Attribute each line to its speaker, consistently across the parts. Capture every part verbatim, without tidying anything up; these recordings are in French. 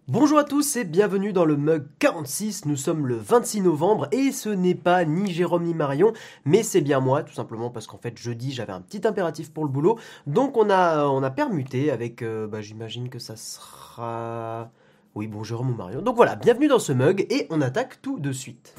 Speaker 1: Bonjour à tous et bienvenue dans le Mug quarante-six, nous sommes le vingt-six novembre et ce n'est pas ni Jérôme ni Marion, mais c'est bien moi, tout simplement parce qu'en fait jeudi j'avais un petit impératif pour le boulot, donc on a, on a permuté avec, euh, bah, j'imagine que ça sera... Oui, bon, Jérôme ou Marion. Donc voilà, bienvenue dans ce Mug et on attaque tout de suite.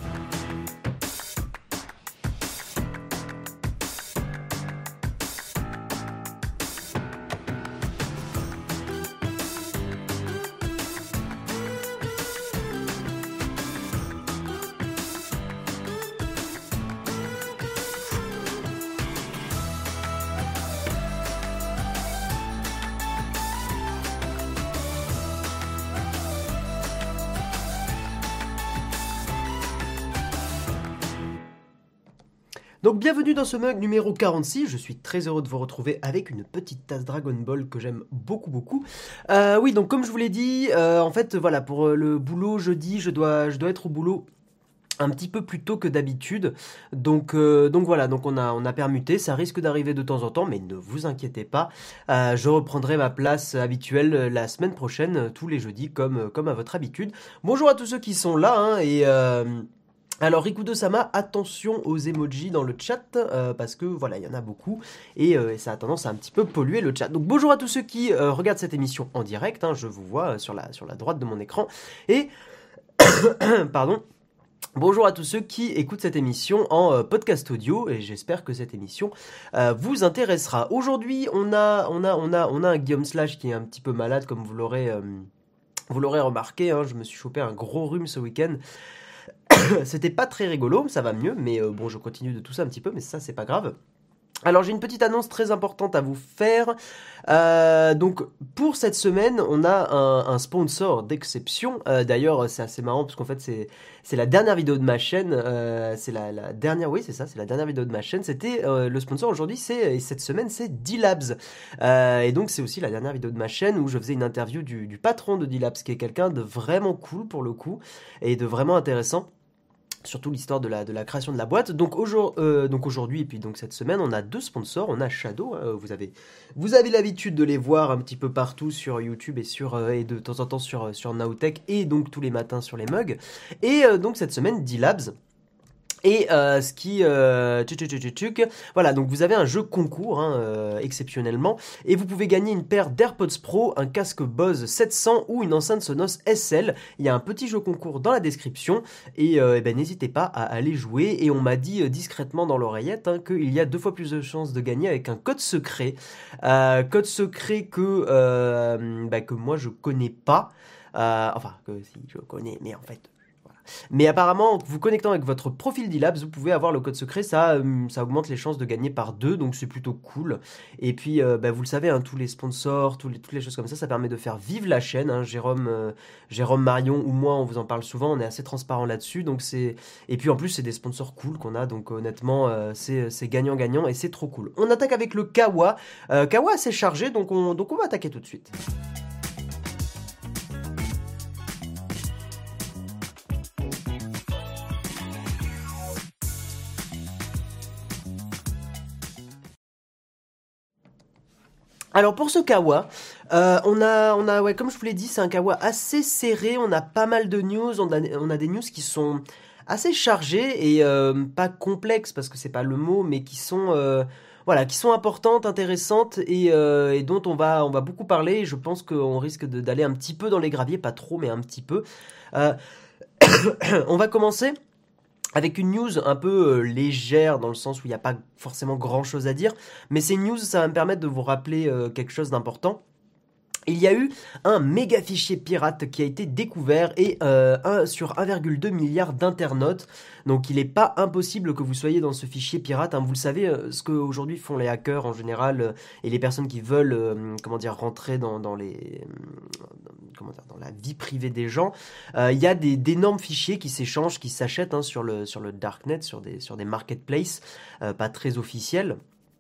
Speaker 1: Donc bienvenue dans ce mug numéro quarante-six, je suis très heureux de vous retrouver avec une petite tasse Dragon Ball que j'aime beaucoup beaucoup. Euh, oui, donc comme je vous l'ai dit, euh, en fait voilà, pour euh, le boulot jeudi, je dois, je dois être au boulot un petit peu plus tôt que d'habitude. Donc, euh, donc voilà, donc on a, on a permuté, ça risque d'arriver de temps en temps, mais ne vous inquiétez pas, euh, je reprendrai ma place habituelle euh, la semaine prochaine, euh, tous les jeudis, comme, euh, comme à votre habitude. Bonjour à tous ceux qui sont là, hein, et... euh, alors Rikudo-sama, attention aux emojis dans le chat, euh, parce que voilà, il y en a beaucoup, et, euh, et ça a tendance à un petit peu polluer le chat. Donc bonjour à tous ceux qui euh, regardent cette émission en direct, hein, je vous vois euh, sur la, sur la droite de mon écran, et... pardon. Bonjour à tous ceux qui écoutent cette émission en euh, podcast audio, et j'espère que cette émission euh, vous intéressera. Aujourd'hui, on a, on, a, on, a, on a un Guillaume Slash qui est un petit peu malade, comme vous l'aurez... Euh, vous l'aurez remarqué, hein, je me suis chopé un gros rhume ce week-end. C'était pas très rigolo, ça va mieux, mais euh, bon, je continue de tousser un petit peu, mais ça, c'est pas grave. Alors, j'ai une petite annonce très importante à vous faire. Euh, donc, pour cette semaine, on a un, un sponsor d'exception. Euh, d'ailleurs, c'est assez marrant, parce qu'en fait, c'est, c'est la dernière vidéo de ma chaîne. Euh, c'est la, la dernière, oui, c'est ça, c'est la dernière vidéo de ma chaîne. C'était euh, le sponsor aujourd'hui, c'est, et cette semaine, c'est D-Labs. Euh, et donc, c'est aussi la dernière vidéo de ma chaîne où je faisais une interview du, du patron de D-Labs, qui est quelqu'un de vraiment cool pour le coup, et de vraiment intéressant. Surtout l'histoire de la, de la création de la boîte. Donc, aujourd- euh, donc aujourd'hui et puis donc cette semaine, on a deux sponsors. On a Shadow. Euh, vous avez, vous avez l'habitude de les voir un petit peu partout sur YouTube et sur euh, et de temps en temps sur sur Nowtech et donc tous les matins sur les mugs. Et euh, donc cette semaine, D-Labs. Et euh, ce qui... Euh, tchuc, tchuc, tchuc, tchuc. Voilà, donc vous avez un jeu concours, hein, euh, exceptionnellement, et vous pouvez gagner une paire d'AirPods Pro, un casque Bose sept cents ou une enceinte Sonos S L. Il y a un petit jeu concours dans la description, et, euh, eh ben, n'hésitez pas à aller jouer. Et on m'a dit euh, discrètement dans l'oreillette hein, qu'il y a deux fois plus de chances de gagner avec un code secret. Euh, code secret que, euh, bah, que moi je connais pas. Euh, enfin, que si je connais, mais en fait... Mais apparemment, en vous connectant avec votre profil D-Labs, vous pouvez avoir le code secret, ça, euh, ça augmente les chances de gagner par deux, donc c'est plutôt cool. Et puis, euh, bah, vous le savez, hein, tous les sponsors, tous les, toutes les choses comme ça, ça permet de faire vivre la chaîne. Hein. Jérôme, euh, Jérôme Marion ou moi, on vous en parle souvent, on est assez transparent là-dessus. Donc c'est... Et puis en plus, c'est des sponsors cool qu'on a, donc honnêtement, euh, c'est, c'est gagnant-gagnant et c'est trop cool. On attaque avec le Kawa. Euh, Kawa assez chargé, donc on, donc on va attaquer tout de suite. Alors pour ce kawa, euh, on a, on a, ouais, comme je vous l'ai dit, c'est un kawa assez serré. On a pas mal de news. On a, on a des news qui sont assez chargées et euh, pas complexes parce que c'est pas le mot, mais qui sont, euh, voilà, qui sont importantes, intéressantes et, euh, et dont on va, on va beaucoup parler. Et je pense qu'on risque de- d'aller un petit peu dans les graviers, pas trop, mais un petit peu. Euh, on va commencer avec une news un peu euh, légère dans le sens où il n'y a pas forcément grand chose à dire, mais ces news, ça va me permettre de vous rappeler euh, quelque chose d'important. Il y a eu un méga fichier pirate qui a été découvert et euh, un, sur un virgule deux milliard d'internautes. Donc il n'est pas impossible que vous soyez dans ce fichier pirate. Hein. Vous le savez, euh, ce qu'aujourd'hui font les hackers en général euh, et les personnes qui veulent euh, comment dire, rentrer dans, dans, les, euh, comment dire, dans la vie privée des gens. Euh, il y a des, d'énormes fichiers qui s'échangent, qui s'achètent hein, sur, le, sur le darknet, sur des, sur des marketplaces, euh, pas très officiels.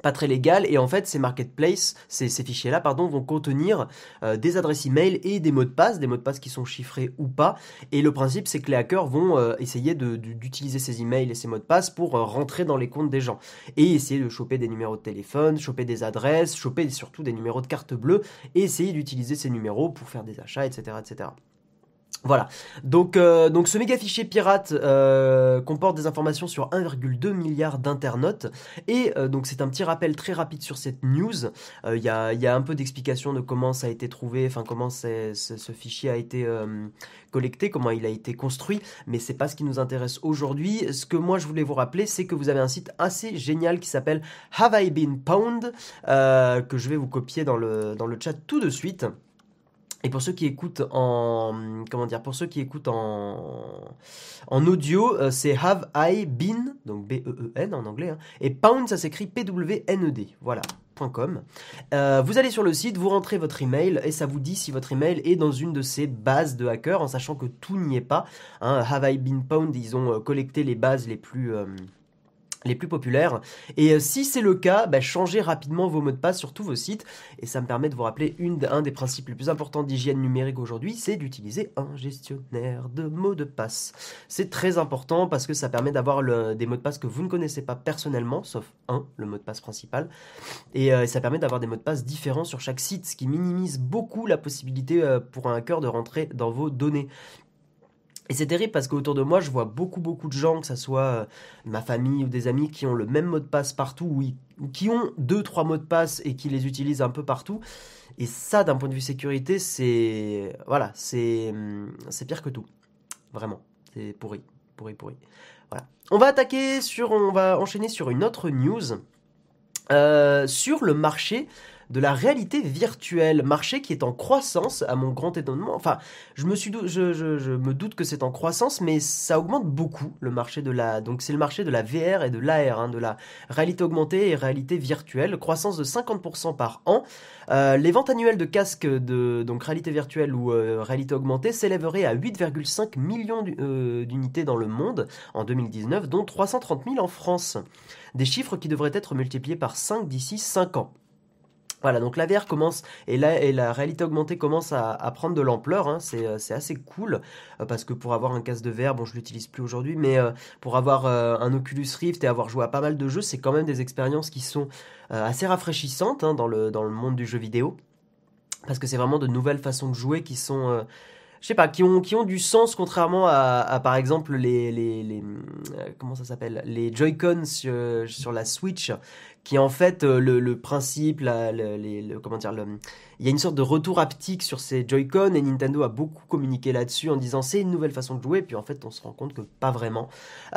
Speaker 1: pas très légal, et en fait ces marketplaces, ces, ces fichiers-là, pardon, vont contenir euh, des adresses email et des mots de passe, des mots de passe qui sont chiffrés ou pas, et le principe c'est que les hackers vont euh, essayer de, de, d'utiliser ces emails et ces mots de passe pour euh, rentrer dans les comptes des gens, et essayer de choper des numéros de téléphone, choper des adresses, choper surtout des numéros de carte bleue, et essayer d'utiliser ces numéros pour faire des achats, et cetera, et cetera. Voilà, donc, euh, donc ce méga fichier pirate euh, comporte des informations sur un virgule deux milliard d'internautes, et euh, donc c'est un petit rappel très rapide sur cette news. Il euh, y, a, y a un peu d'explication de comment ça a été trouvé, enfin comment c'est, c'est, ce fichier a été euh, collecté, comment il a été construit, mais c'est pas ce qui nous intéresse aujourd'hui. Ce que moi je voulais vous rappeler, c'est que vous avez un site assez génial qui s'appelle Have I Been Pwned, euh, que je vais vous copier dans le, dans le chat tout de suite. Et pour ceux qui écoutent en comment dire, pour ceux qui écoutent en en audio, euh, c'est Have I Been, donc B E E N en anglais, hein, et Pound ça s'écrit P W N E D. Voilà. .com. Euh, vous allez sur le site, vous rentrez votre email et ça vous dit si votre email est dans une de ces bases de hackers, en sachant que tout n'y est pas. Hein. Have I Been Pwned, ils ont euh, collecté les bases les plus euh, les plus populaires, et euh, si c'est le cas, bah, changez rapidement vos mots de passe sur tous vos sites, et ça me permet de vous rappeler une, un des principes les plus importants d'hygiène numérique aujourd'hui, c'est d'utiliser un gestionnaire de mots de passe. C'est très important parce que ça permet d'avoir le, des mots de passe que vous ne connaissez pas personnellement, sauf un, le mot de passe principal, et euh, ça permet d'avoir des mots de passe différents sur chaque site, ce qui minimise beaucoup la possibilité euh, pour un hacker de rentrer dans vos données. Et c'est terrible parce qu'autour de moi, je vois beaucoup beaucoup de gens, que ça soit euh, ma famille ou des amis, qui ont le même mot de passe partout, ou, y- ou qui ont deux trois mots de passe et qui les utilisent un peu partout. Et ça, d'un point de vue sécurité, c'est voilà, c'est hum, c'est pire que tout, vraiment. C'est pourri, pourri, pourri. Voilà. On va attaquer sur, on va enchaîner sur une autre news. Euh, sur le marché de la réalité virtuelle, marché qui est en croissance à mon grand étonnement. Enfin, je me suis dou- je, je, je me doute que c'est en croissance, mais ça augmente beaucoup le marché de la. Donc c'est le marché de la V R et de l'A R, hein, de la réalité augmentée et réalité virtuelle, croissance de cinquante pour cent par an. Euh, les ventes annuelles de casques de donc réalité virtuelle ou euh, réalité augmentée s'élèveraient à huit virgule cinq millions d'u- euh, d'unités dans le monde en deux mille dix-neuf, dont trois cent trente mille en France. Des chiffres qui devraient être multipliés par cinq d'ici cinq ans. Voilà, donc la V R commence, et la, et la réalité augmentée commence à, à prendre de l'ampleur, hein, c'est, euh, c'est assez cool, euh, parce que pour avoir un casque de V R, bon je l'utilise plus aujourd'hui, mais euh, pour avoir euh, un Oculus Rift et avoir joué à pas mal de jeux, c'est quand même des expériences qui sont euh, assez rafraîchissantes, hein, dans le, dans le monde du jeu vidéo, parce que c'est vraiment de nouvelles façons de jouer qui sont... euh, je sais pas, qui ont, qui ont du sens contrairement à, à, par exemple les, les, les euh, comment ça s'appelle, les Joy-Con sur, sur la Switch, qui en fait euh, le, le principe, la, le, les, le- comment dire, le, il y a une sorte de retour haptique sur ces Joy-Con, et Nintendo a beaucoup communiqué là-dessus en disant c'est une nouvelle façon de jouer, puis en fait on se rend compte que pas vraiment.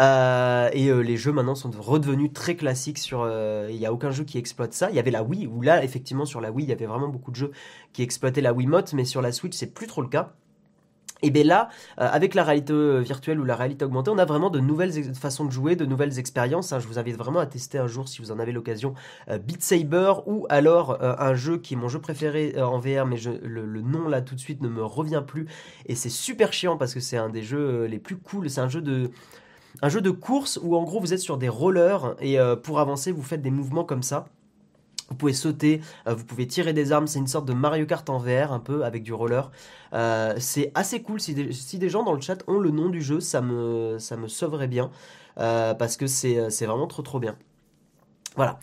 Speaker 1: Euh, et euh, les jeux maintenant sont redevenus très classiques sur, euh, il y a aucun jeu qui exploite ça. Il y avait la Wii où là effectivement sur la Wii il y avait vraiment beaucoup de jeux qui exploitaient la Wiimote, mais sur la Switch c'est plus trop le cas. Et bien là, euh, avec la réalité euh, virtuelle ou la réalité augmentée, on a vraiment de nouvelles ex- façons de jouer, de nouvelles expériences, hein. Je vous invite vraiment à tester un jour si vous en avez l'occasion, euh, Beat Saber, ou alors euh, un jeu qui est mon jeu préféré euh, en V R, mais je- le, le nom là tout de suite ne me revient plus, et c'est super chiant parce que c'est un des jeux euh, les plus cool. C'est un jeu de un jeu de course où en gros vous êtes sur des rollers, et euh, pour avancer vous faites des mouvements comme ça. Vous pouvez sauter, euh, vous pouvez tirer des armes, c'est une sorte de Mario Kart en V R, un peu, avec du roller. Euh, c'est assez cool, si des, si des gens dans le chat ont le nom du jeu, ça me, ça me sauverait bien, euh, parce que c'est, c'est vraiment trop trop bien. Voilà.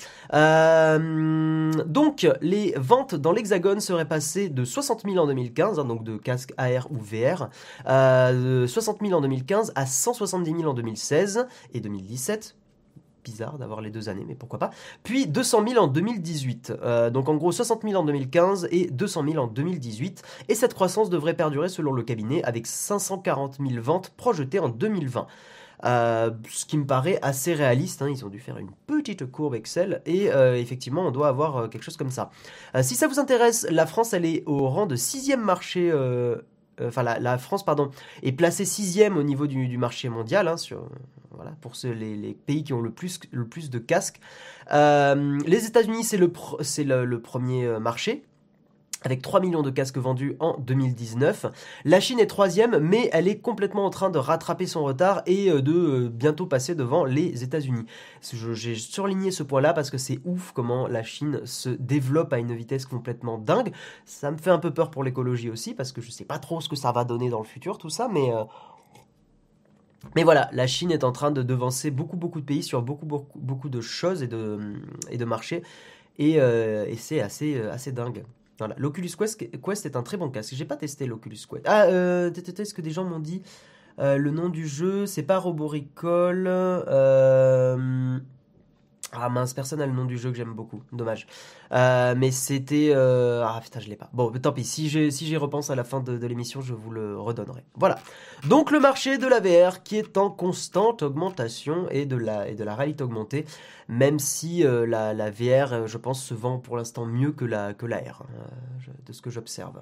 Speaker 1: Euh, donc, les ventes dans l'Hexagone seraient passées de soixante mille en deux mille quinze, hein, donc de casques A R ou V R, euh, de soixante mille en deux mille quinze à cent soixante-dix mille en deux mille seize et deux mille dix-sept. Bizarre d'avoir les deux années, mais pourquoi pas. Puis deux cent mille en deux mille dix-huit. Euh, donc en gros soixante mille en deux mille quinze et deux cent mille en deux mille dix-huit. Et cette croissance devrait perdurer selon le cabinet avec cinq cent quarante mille ventes projetées en deux mille vingt. Euh, ce qui me paraît assez réaliste, hein. Ils ont dû faire une petite courbe Excel, et euh, effectivement on doit avoir euh, quelque chose comme ça. Euh, si ça vous intéresse, la France elle est au rang de sixième marché, euh, euh, enfin la, la France pardon, est placée sixième au niveau du, du marché mondial, hein, sur, voilà, pour ceux, les, les pays qui ont le plus, le plus de casques. Euh, les États-Unis c'est le, pr- c'est le, le premier euh, marché. avec trois millions de casques vendus en deux mille dix-neuf. La Chine est troisième, mais elle est complètement en train de rattraper son retard et de bientôt passer devant les États-Unis. J'ai surligné ce point-là parce que c'est ouf comment la Chine se développe à une vitesse complètement dingue. Ça me fait un peu peur pour l'écologie aussi, parce que je sais pas trop ce que ça va donner dans le futur, tout ça, mais... Euh Mais voilà, la Chine est en train de devancer beaucoup beaucoup de pays sur beaucoup beaucoup, beaucoup de choses et de, et de marchés, et, euh, et c'est assez, assez dingue. Voilà, l'Oculus Quest, Quest est un très bon casque. J'ai pas testé l'Oculus Quest. Ah, euh, est-ce que des gens m'ont dit euh, le nom du jeu, c'est pas Roboricol. Euh... Ah mince, personne n'a le nom du jeu que j'aime beaucoup, dommage. Euh, mais c'était... Euh... Ah putain, je l'ai pas. Bon, tant pis, si j'y si repense à la fin de, de l'émission, je vous le redonnerai. Voilà. Donc le marché de la V R qui est en constante augmentation et de la, et de la réalité augmentée, même si euh, la, la V R, je pense, se vend pour l'instant mieux que la, que la R, euh, je, de ce que j'observe.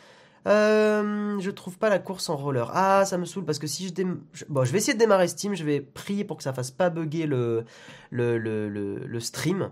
Speaker 1: Euh, je trouve pas la course en roller. Ah, ça me saoule parce que si je, dé... je... Bon, je vais essayer de démarrer Steam, je vais prier pour que ça fasse pas bugger le, le, le, le, le stream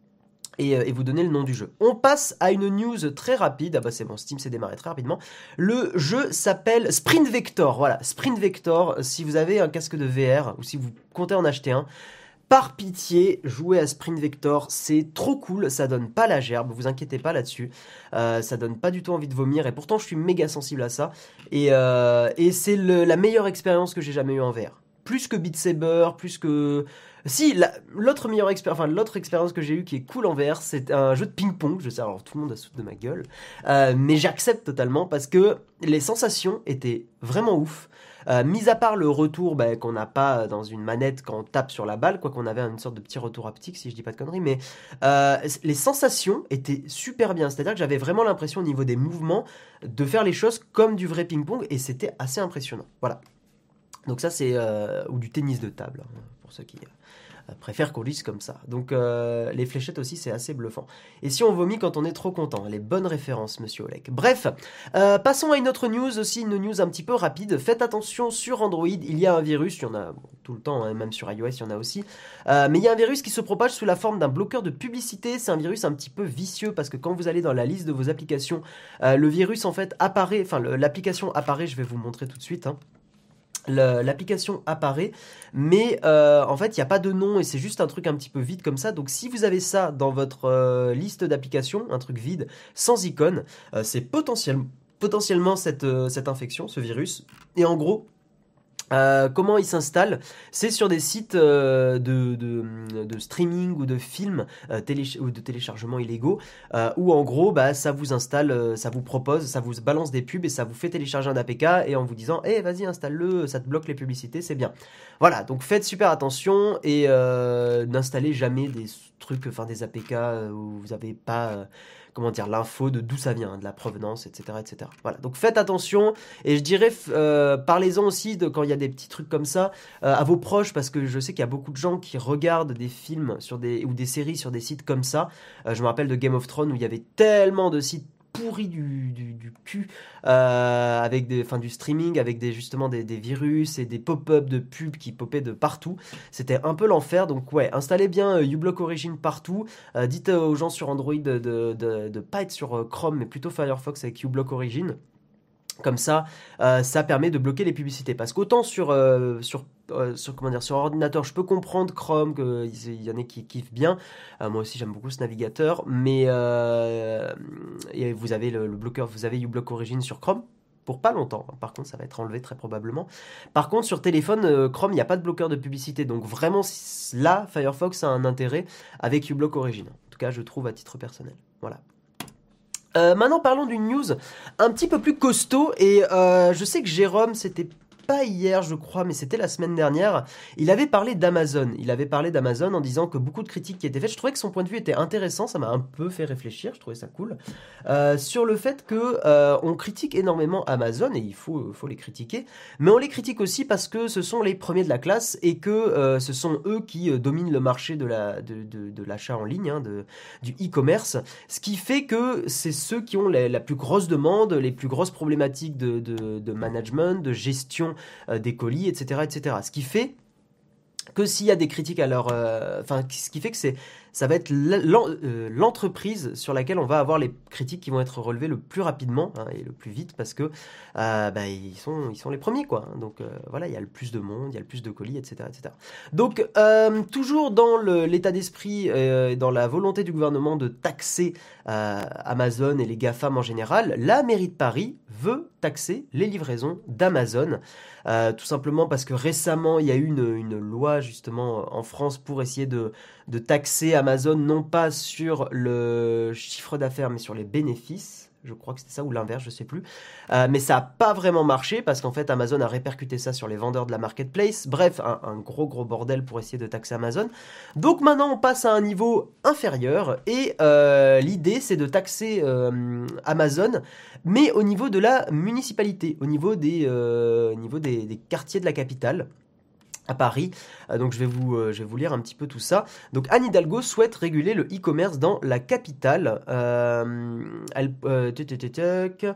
Speaker 1: et, et vous donner le nom du jeu. On passe à une news très rapide. Ah bah c'est bon, Steam s'est démarré très rapidement. Le jeu s'appelle Sprint Vector. Voilà, Sprint Vector. Si vous avez un casque de V R ou si vous comptez en acheter un, par pitié, jouer à Sprint Vector, c'est trop cool, ça donne pas la gerbe, vous inquiétez pas là-dessus, euh, ça donne pas du tout envie de vomir, et pourtant je suis méga sensible à ça, et, euh, et c'est le, la meilleure expérience que j'ai jamais eue en V R. Plus que Beat Saber, plus que... Si, l'autre meilleure expérience, enfin l'autre expérience que j'ai eue qui est cool en V R, c'est un jeu de ping-pong, je sais, alors tout le monde a souffle de ma gueule, euh, mais j'accepte totalement parce que les sensations étaient vraiment ouf. Euh, mis à part le retour bah, qu'on n'a pas dans une manette quand on tape sur la balle, quoi qu'on avait une sorte de petit retour haptique si je dis pas de conneries, mais euh, les sensations étaient super bien, c'est-à-dire que j'avais vraiment l'impression au niveau des mouvements de faire les choses comme du vrai ping-pong et c'était assez impressionnant. Voilà. Donc ça c'est... Euh, ou du tennis de table, hein, pour ceux qui... Euh, préfère qu'on lise comme ça. Donc euh, les fléchettes aussi c'est assez bluffant. Et si on vomit quand on est trop content, les bonnes références monsieur Olek. Bref, euh, passons à une autre news aussi, une news un petit peu rapide. Faites attention sur Android, il y a un virus, il y en a bon, tout le temps, hein, même sur iOS il y en a aussi. Euh, mais il y a un virus qui se propage sous la forme d'un bloqueur de publicité. C'est un virus un petit peu vicieux parce que quand vous allez dans la liste de vos applications, euh, le virus en fait apparaît, enfin l'application apparaît, je vais vous montrer tout de suite, hein. L'application apparaît, mais euh, en fait il n'y a pas de nom et c'est juste un truc un petit peu vide comme ça. Donc si vous avez ça dans votre euh, liste d'applications, un truc vide, sans icône, euh, c'est potentiellement, potentiellement cette, euh, cette infection, ce virus. Et en gros, Euh, comment il s'installe? C'est sur des sites euh, de, de, de streaming ou de films euh, télé, ou de téléchargement illégaux euh, où en gros bah, ça vous installe, euh, ça vous propose, ça vous balance des pubs et ça vous fait télécharger un A P K et en vous disant eh hey, vas-y installe-le, ça te bloque les publicités, c'est bien. Voilà, donc faites super attention et euh, n'installez jamais des trucs, enfin des A P K où vous n'avez pas... Euh, comment dire, l'info de d'où ça vient, hein, de la provenance, et cetera, et cetera. Voilà, donc faites attention, et je dirais, euh, parlez-en aussi de quand il y a des petits trucs comme ça, euh, à vos proches, parce que je sais qu'il y a beaucoup de gens qui regardent des films sur des, ou des séries sur des sites comme ça. Euh, je me rappelle de Game of Thrones, où il y avait tellement de sites pourri du, du, du cul euh, avec des, enfin, du streaming avec des, justement des, des virus et des pop-up de pubs qui popaient de partout. C'était un peu l'enfer. Donc ouais, installez bien euh, uBlock Origin partout. Euh, dites euh, aux gens sur Android de, de, de, de pas être sur euh, Chrome mais plutôt Firefox avec uBlock Origin. Comme ça, euh, ça permet de bloquer les publicités. Parce qu'autant sur, euh, sur, euh, sur, comment dire, sur ordinateur, je peux comprendre Chrome, qu'il y en a qui kiffent bien. Euh, moi aussi, j'aime beaucoup ce navigateur. Mais euh, et vous avez le, le bloqueur, vous avez uBlock Origin sur Chrome. Pour pas longtemps. Par contre, ça va être enlevé très probablement. Par contre, sur téléphone, euh, Chrome, il n'y a pas de bloqueur de publicité. Donc vraiment, là, Firefox a un intérêt avec uBlock Origin. En tout cas, je trouve à titre personnel. Voilà. Euh, maintenant parlons d'une news un petit peu plus costaud et euh, je sais que Jérôme, c'était pas hier je crois mais c'était la semaine dernière, il avait parlé d'Amazon, il avait parlé d'Amazon en disant que beaucoup de critiques qui étaient faites, je trouvais que son point de vue était intéressant, ça m'a un peu fait réfléchir, je trouvais ça cool, euh, sur le fait que euh, on critique énormément Amazon et il faut, faut les critiquer, mais on les critique aussi parce que ce sont les premiers de la classe et que euh, ce sont eux qui euh, dominent le marché de, la, de, de, de l'achat en ligne, hein, de, du e-commerce, ce qui fait que c'est ceux qui ont la, la plus grosse demande, les plus grosses problématiques de, de, de management, de gestion euh, des colis, et cetera, et cetera. Ce qui fait que s'il y a des critiques à leur... Enfin, euh, ce qui fait que c'est, ça va être l'en- euh, l'entreprise sur laquelle on va avoir les critiques qui vont être relevées le plus rapidement hein, et le plus vite parce que euh, bah, ils, sont, ils sont les premiers. Quoi. Donc euh, voilà, il y a le plus de monde, il y a le plus de colis, et cetera et cetera. Donc euh, toujours dans le- l'état d'esprit euh, et dans la volonté du gouvernement de taxer euh, Amazon et les GAFAM en général, la mairie de Paris veut taxer les livraisons d'Amazon. Euh, tout simplement parce que récemment, il y a eu une, une loi justement en France pour essayer de, de taxer Amazon, non pas sur le chiffre d'affaires, mais sur les bénéfices. Je crois que c'était ça ou l'inverse, je sais plus. Euh, mais ça n'a pas vraiment marché parce qu'en fait, Amazon a répercuté ça sur les vendeurs de la marketplace. Bref, un, un gros gros bordel pour essayer de taxer Amazon. Donc maintenant, on passe à un niveau inférieur et euh, l'idée, c'est de taxer euh, Amazon, mais au niveau de la municipalité, au niveau des, euh, au niveau des, des quartiers de la capitale à Paris. Euh, donc je vais, vous, euh, je vais vous lire un petit peu tout ça. Donc Anne Hidalgo souhaite réguler le e-commerce dans la capitale. Euh, elle, euh, tuc, tuc, tuc, tuc.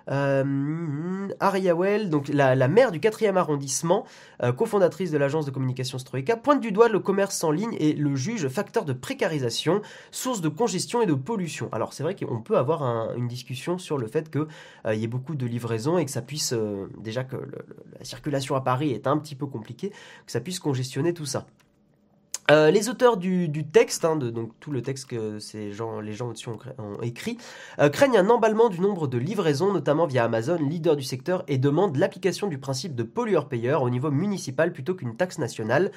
Speaker 1: Euh, Ariawel, donc la, la maire du quatrième arrondissement, euh, cofondatrice de l'agence de communication Stroika, pointe du doigt le commerce en ligne et le juge facteur de précarisation, source de congestion et de pollution. Alors c'est vrai qu'on peut avoir un- une discussion sur le fait qu'il euh, y ait beaucoup de livraisons et que ça puisse, euh, déjà que le- le- la circulation à Paris est un petit peu compliquée, que ça puisse congestionner tout ça. Euh, les auteurs du, du texte, hein, de, donc tout le texte que ces gens, les gens au-dessus ont, cré- ont écrit, euh, craignent un emballement du nombre de livraisons, notamment via Amazon, leader du secteur, et demandent l'application du principe de pollueur-payeur au niveau municipal plutôt qu'une taxe nationale.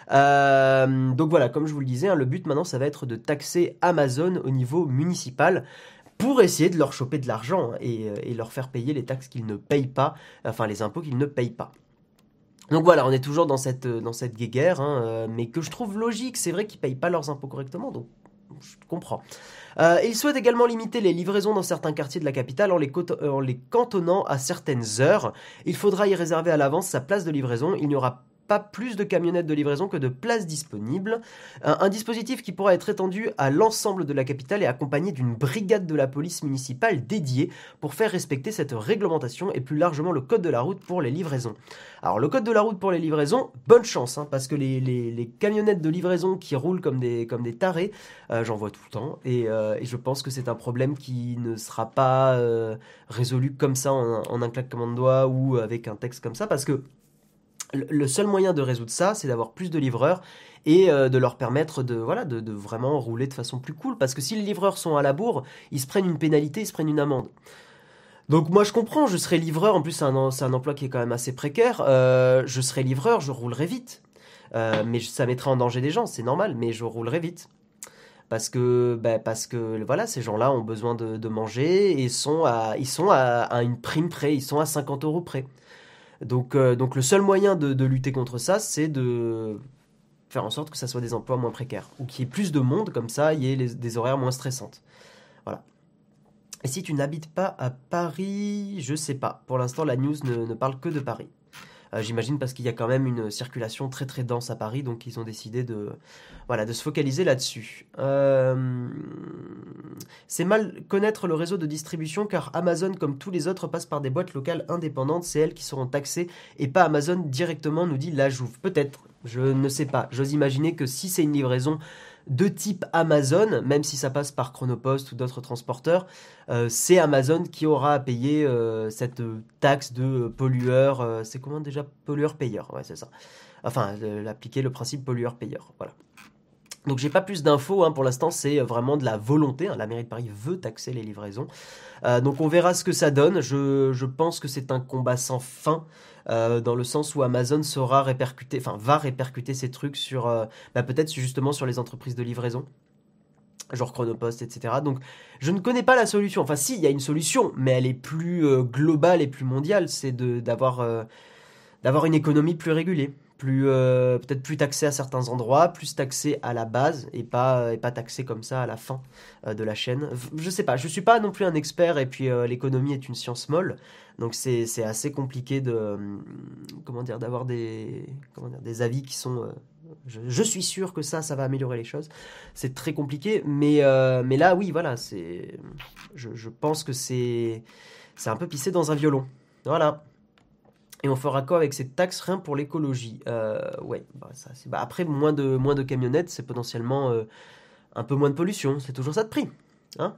Speaker 1: Euh, donc voilà, comme je vous le disais, hein, le but maintenant, ça va être de taxer Amazon au niveau municipal pour essayer de leur choper de l'argent hein, et, euh, et leur faire payer les taxes qu'ils ne payent pas, enfin les impôts qu'ils ne payent pas. Donc voilà, on est toujours dans cette, euh, dans cette guéguerre, hein, euh, mais que je trouve logique. C'est vrai qu'ils payent pas leurs impôts correctement, donc je comprends. Euh, ils souhaitent également limiter les livraisons dans certains quartiers de la capitale en les, coto- euh, en les cantonnant à certaines heures. Il faudra y réserver à l'avance sa place de livraison. Il n'y aura pas plus de camionnettes de livraison que de places disponibles. Un, un dispositif qui pourra être étendu à l'ensemble de la capitale et accompagné d'une brigade de la police municipale dédiée pour faire respecter cette réglementation et plus largement le code de la route pour les livraisons. Alors le code de la route pour les livraisons, bonne chance, hein, parce que les, les- les camionnettes de livraison qui roulent comme des, comme des tarés, euh, j'en vois tout le temps, et, euh, et je pense que c'est un problème qui ne sera pas euh, résolu comme ça en, en un claquement de doigts ou avec un texte comme ça, parce que le le seul moyen de résoudre ça, c'est d'avoir plus de livreurs et euh, de leur permettre de, voilà, de, de vraiment rouler de façon plus cool, parce que si les livreurs sont à la bourre, ils se prennent une pénalité, ils se prennent une amende. Donc moi je comprends, je serai livreur, en plus c'est un, c'est un emploi qui est quand même assez précaire, euh, je serai livreur, je roulerai vite. Euh, mais ça mettrait en danger des gens, c'est normal, mais je roulerai vite. Parce que, bah, parce que voilà, ces gens-là ont besoin de, de manger et sont à, ils sont à, à une prime près, ils sont à cinquante euros près. Donc, euh, donc le seul moyen de, de lutter contre ça, c'est de faire en sorte que ça soit des emplois moins précaires. Ou qu'il y ait plus de monde, comme ça, il y ait les- des horaires moins stressantes. Voilà. Et si tu n'habites pas à Paris, je sais pas. Pour l'instant, la news ne, ne parle que de Paris. Euh, j'imagine parce qu'il y a quand même une circulation très très dense à Paris, donc ils ont décidé de, voilà, de se focaliser là-dessus. Euh, C'est mal connaître le réseau de distribution car Amazon, comme tous les autres, passe par des boîtes locales indépendantes. C'est elles qui seront taxées et pas Amazon directement, nous dit la Jouve. Peut-être, je ne sais pas. J'ose imaginer que si c'est une livraison de type Amazon, même si ça passe par Chronopost ou d'autres transporteurs, euh, c'est Amazon qui aura à payer euh, cette euh, taxe de euh, pollueur. Euh, c'est comment déjà? Pollueur-payeur, ouais, c'est ça. Enfin, euh, appliquer le principe pollueur-payeur, voilà. Donc j'ai pas plus d'infos, hein, pour l'instant c'est vraiment de la volonté, hein, la mairie de Paris veut taxer les livraisons. Euh, donc on verra ce que ça donne, je, je pense que c'est un combat sans fin, euh, dans le sens où Amazon sera répercuté, enfin va répercuter ces trucs sur, euh, bah, peut-être justement sur les entreprises de livraison, genre Chronopost, et cetera. Donc je ne connais pas la solution, enfin si, il y a une solution, mais elle est plus euh, globale et plus mondiale, c'est de, d'avoir... euh, d'avoir une économie plus régulée, plus euh, peut-être plus taxée à certains endroits, plus taxée à la base et pas et pas taxée comme ça à la fin euh, de la chaîne. V- Je sais pas, je suis pas non plus un expert et puis euh, l'économie est une science molle, donc c'est c'est assez compliqué de euh, comment dire d'avoir des comment dire des avis qui sont euh, je, je suis sûr que ça, ça va améliorer les choses. C'est très compliqué, mais euh, mais là, oui, voilà, c'est je, je pense que c'est c'est un peu pissé dans un violon. Voilà. Et on fera quoi avec cette taxe rien pour l'écologie? Euh, ouais, bah, ça, c'est... bah, après, moins de, moins de camionnettes, c'est potentiellement euh, un peu moins de pollution, c'est toujours ça de prix. Hein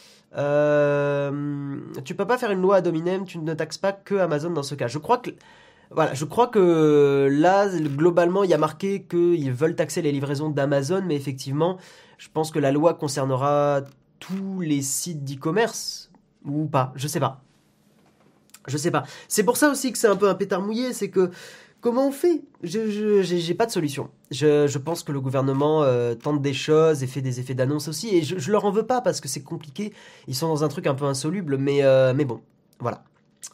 Speaker 1: euh, tu peux pas faire une loi ad hominem, tu ne taxes pas que Amazon dans ce cas. Je crois que voilà, je crois que là, globalement, il y a marqué qu'ils veulent taxer les livraisons d'Amazon, mais effectivement, je pense que la loi concernera tous les sites d'e-commerce, ou pas, je sais pas. Je sais pas. C'est pour ça aussi que c'est un peu un pétard mouillé, c'est que comment on fait? Je, je, j'ai, j'ai pas de solution. Je, je pense que le gouvernement euh, tente des choses et fait des effets d'annonce aussi, et je, je leur en veux pas parce que c'est compliqué, ils sont dans un truc un peu insoluble, mais, euh, mais bon, voilà.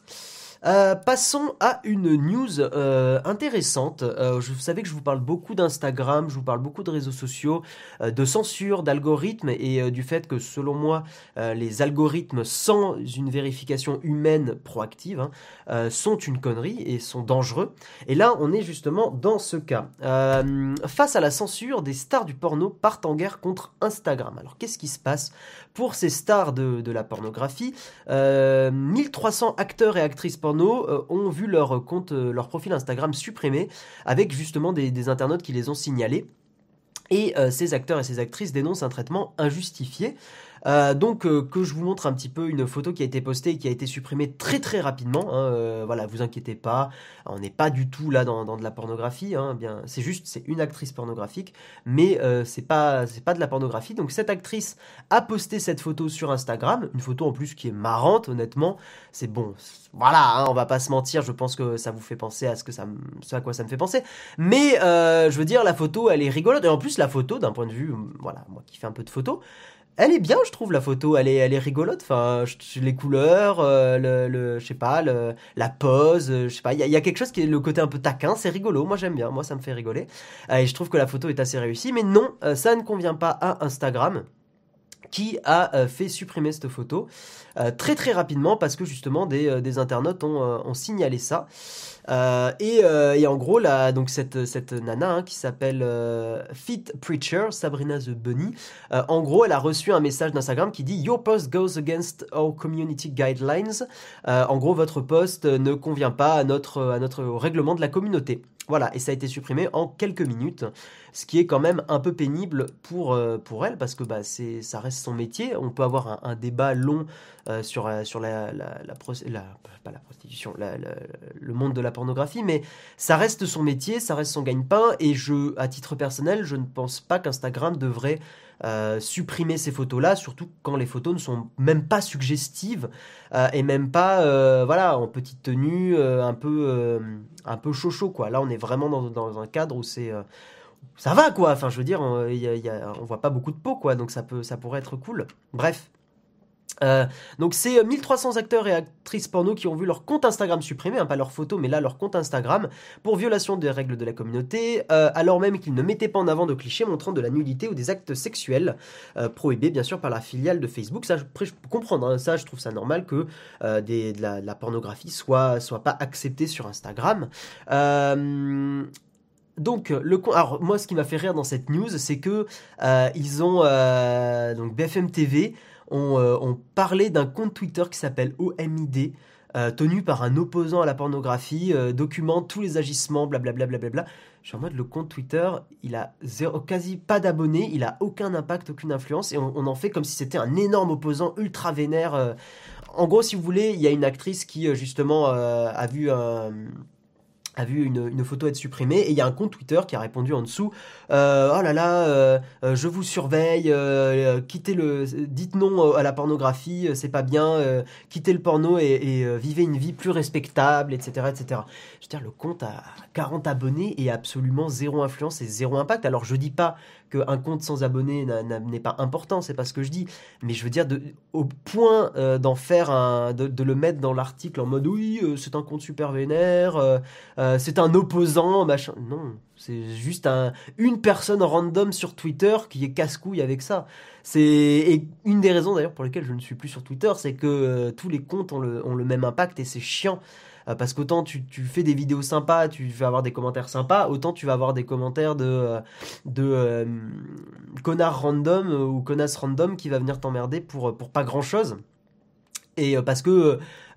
Speaker 1: Euh, passons à une news euh, intéressante. Euh, je, vous savez que je vous parle beaucoup d'Instagram, je vous parle beaucoup de réseaux sociaux, euh, de censure, d'algorithmes et euh, du fait que selon moi, euh, les algorithmes sans une vérification humaine proactive hein, euh, sont une connerie et sont dangereux. Et là, on est justement dans ce cas. Euh, face à la censure, des stars du porno partent en guerre contre Instagram. Alors qu'est-ce qui se passe pour ces stars de, de la pornographie? euh, mille trois cents acteurs et actrices porno euh, ont vu leur compte, euh, leur profil Instagram supprimé avec justement des, des internautes qui les ont signalés. Et euh, ces acteurs et ces actrices dénoncent un traitement injustifié. Euh, donc euh, que je vous montre un petit peu une photo qui a été postée et qui a été supprimée très très rapidement. Hein, euh, voilà, vous inquiétez pas, on n'est pas du tout là dans, dans de la pornographie. Hein, bien, c'est juste, c'est une actrice pornographique, mais euh, c'est pas c'est pas de la pornographie. Donc cette actrice a posté cette photo sur Instagram, une photo en plus qui est marrante, honnêtement. C'est bon, c'est, voilà, hein, on va pas se mentir. Je pense que ça vous fait penser à ce que ça, me, ce à quoi ça me fait penser. Mais euh, je veux dire, la photo, elle est rigolote. Et en plus, la photo, d'un point de vue, voilà, moi qui fais un peu de photos. Elle est bien, je trouve, la photo. Elle est, elle est rigolote. Enfin, je, les couleurs, euh, le, le, je sais pas, le, la pose, euh, je sais pas. Il y, y a quelque chose qui est le côté un peu taquin. C'est rigolo. Moi, j'aime bien. Moi, ça me fait rigoler. Euh, et je trouve que la photo est assez réussie. Mais non, euh, ça ne convient pas à Instagram, qui a euh, fait supprimer cette photo euh, très très rapidement parce que justement des, euh, des internautes ont, euh, ont signalé ça. Euh, et, euh, et en gros, là, donc cette, cette nana hein, qui s'appelle euh, Fit Preacher, Sabrina the Bunny, euh, en gros, elle a reçu un message d'Instagram qui dit Your post goes against our community guidelines. Euh, en gros, votre post ne convient pas à notre, à notre règlement de la communauté. Voilà, et ça a été supprimé en quelques minutes, ce qui est quand même un peu pénible pour, euh, pour elle, parce que bah, c'est, ça reste son métier. On peut avoir un, un débat long euh, sur, euh, sur la, la, la, la, pas la prostitution, la, la, le monde de la pornographie, mais ça reste son métier, ça reste son gagne-pain, et je, à titre personnel, je ne pense pas qu'Instagram devrait euh, supprimer ces photos-là, surtout quand les photos ne sont même pas suggestives, euh, et même pas, euh, voilà, en petite tenue, euh, un peu, euh, un peu chaud-chaud, quoi. Là, on est vraiment dans, dans un cadre où c'est... Euh, ça va, quoi. Enfin, je veux dire, on, y a, y a, on voit pas beaucoup de peau, quoi, donc ça, peut, ça pourrait être cool. Bref. Euh, donc c'est mille trois cents acteurs et actrices porno qui ont vu leur compte Instagram supprimé, hein, pas leur photo mais là leur compte Instagram, pour violation des règles de la communauté, euh, alors même qu'ils ne mettaient pas en avant de clichés montrant de la nudité ou des actes sexuels, euh, prohibés bien sûr par la filiale de Facebook. Ça, après je peux comprendre, hein, ça je trouve ça normal que euh, des, de, la, de la pornographie soit, soit pas acceptée sur Instagram. Euh... Donc, le alors moi, ce qui m'a fait rire dans cette news, c'est que euh, ils ont euh, donc B F M T V ont, euh, ont parlé d'un compte Twitter qui s'appelle O M I D, euh, tenu par un opposant à la pornographie, euh, documente tous les agissements, blablabla. Bla bla bla bla. Je suis en mode, le compte Twitter, il a zéro, quasi pas d'abonnés, il a aucun impact, aucune influence, et on, on en fait comme si c'était un énorme opposant ultra vénère. Euh. En gros, si vous voulez, il y a une actrice qui justement euh, a vu un a vu une, une photo être supprimée et il y a un compte Twitter qui a répondu en dessous euh, oh là là euh, euh, je vous surveille euh, quittez le dites non à la pornographie, c'est pas bien, euh, quittez le porno et, et euh, vivez une vie plus respectable, etc., etc. Je veux dire, le compte a quarante abonnés et absolument zéro influence et zéro impact. Alors je dis pas qu'un compte sans abonnés n'a, n'a, n'est pas important, c'est pas ce que je dis, mais je veux dire de, au point euh, d'en faire un, de, de le mettre dans l'article en mode oui euh, c'est un compte super vénère, euh, euh, c'est un opposant, machin. Non, c'est juste un, une personne random sur Twitter qui est casse-couille avec ça. C'est et une des raisons d'ailleurs pour lesquelles je ne suis plus sur Twitter, c'est que euh, tous les comptes ont le, ont le même impact et c'est chiant. Euh, parce qu'autant tu, tu fais des vidéos sympas, tu vas avoir des commentaires sympas, autant tu vas avoir des commentaires de, euh, de euh, connard random euh, ou connasse random qui va venir t'emmerder pour, pour pas grand-chose. Et parce que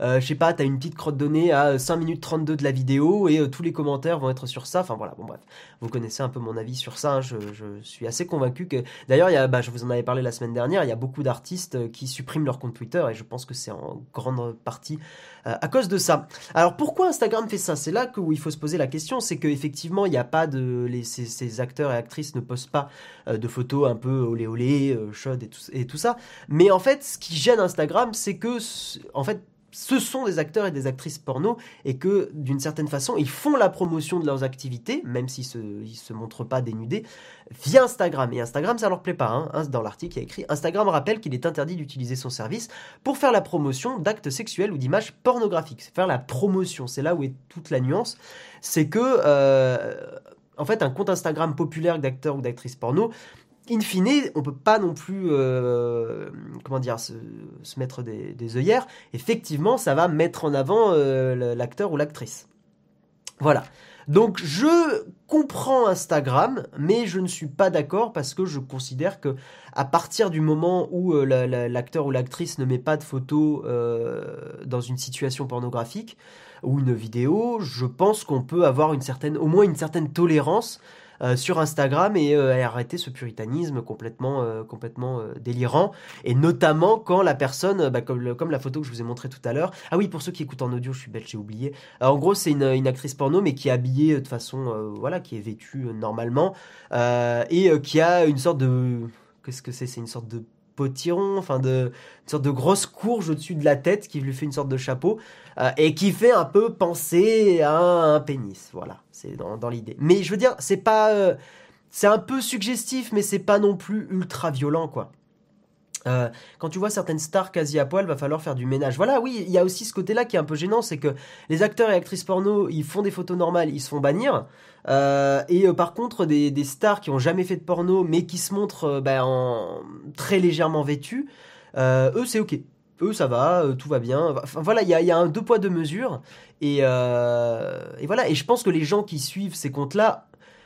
Speaker 1: euh, je sais pas, t'as une petite crotte de nez à cinq minutes trente-deux de la vidéo et euh, tous les commentaires vont être sur ça. Enfin voilà, bon bref, vous connaissez un peu mon avis sur ça. Hein. Je, je suis assez convaincu que, d'ailleurs, il y a, bah, je vous en avais parlé la semaine dernière, il y a beaucoup d'artistes qui suppriment leur compte Twitter et je pense que c'est en grande partie euh, à cause de ça. Alors pourquoi Instagram fait ça? C'est là que, où il faut se poser la question, c'est qu'effectivement, il n'y a pas de, les, ces, ces acteurs et actrices ne postent pas euh, de photos un peu olé olé, euh, chaudes et tout, et tout ça. Mais en fait, ce qui gêne Instagram, c'est que, en fait, ce sont des acteurs et des actrices porno et que, d'une certaine façon, ils font la promotion de leurs activités, même s'ils se, ils se montrent pas dénudés, via Instagram. Et Instagram, ça leur plaît pas. Hein. Dans l'article, il y a écrit « Instagram rappelle qu'il est interdit d'utiliser son service pour faire la promotion d'actes sexuels ou d'images pornographiques. » C'est faire la promotion, c'est là où est toute la nuance. C'est que, euh, en fait, un compte Instagram populaire d'acteurs ou d'actrices porno, in fine, on peut pas non plus, euh, comment dire, se, se mettre des, des œillères. Effectivement, ça va mettre en avant euh, l'acteur ou l'actrice. Voilà. Donc, je comprends Instagram, mais je ne suis pas d'accord parce que je considère que à partir du moment où euh, la, la, l'acteur ou l'actrice ne met pas de photos euh, dans une situation pornographique ou une vidéo, je pense qu'on peut avoir une certaine, au moins une certaine tolérance Euh, sur Instagram et, euh, et arrêter ce puritanisme complètement, euh, complètement euh, délirant, et notamment quand la personne, bah, comme, le, comme la photo que je vous ai montrée tout à l'heure, ah oui, pour ceux qui écoutent en audio, je suis bête, j'ai oublié, euh, en gros c'est une, une actrice porno mais qui est habillée de façon, euh, voilà, qui est vêtue euh, normalement, euh, et euh, qui a une sorte de, qu'est-ce que c'est, c'est une sorte de potiron, enfin de une sorte de grosse courge au-dessus de la tête qui lui fait une sorte de chapeau euh, et qui fait un peu penser à un, un pénis. Voilà, c'est dans, dans l'idée. Mais je veux dire, c'est pas, euh, c'est un peu suggestif, mais c'est pas non plus ultra violent, quoi. Euh, quand tu vois certaines stars quasi à poil, va falloir faire du ménage. Voilà, oui, il y a aussi ce côté-là qui est un peu gênant, c'est que les acteurs et actrices porno, ils font des photos normales, ils se font bannir. Euh, et euh, par contre, des, des stars qui ont jamais fait de porno, mais qui se montrent euh, bah, en, très légèrement vêtues, euh, eux, c'est ok. Eux, ça va, euh, tout va bien. Enfin, voilà, il y a, y a un deux poids deux mesures. Et, euh, et voilà, et je pense que les gens qui suivent ces comptes-là,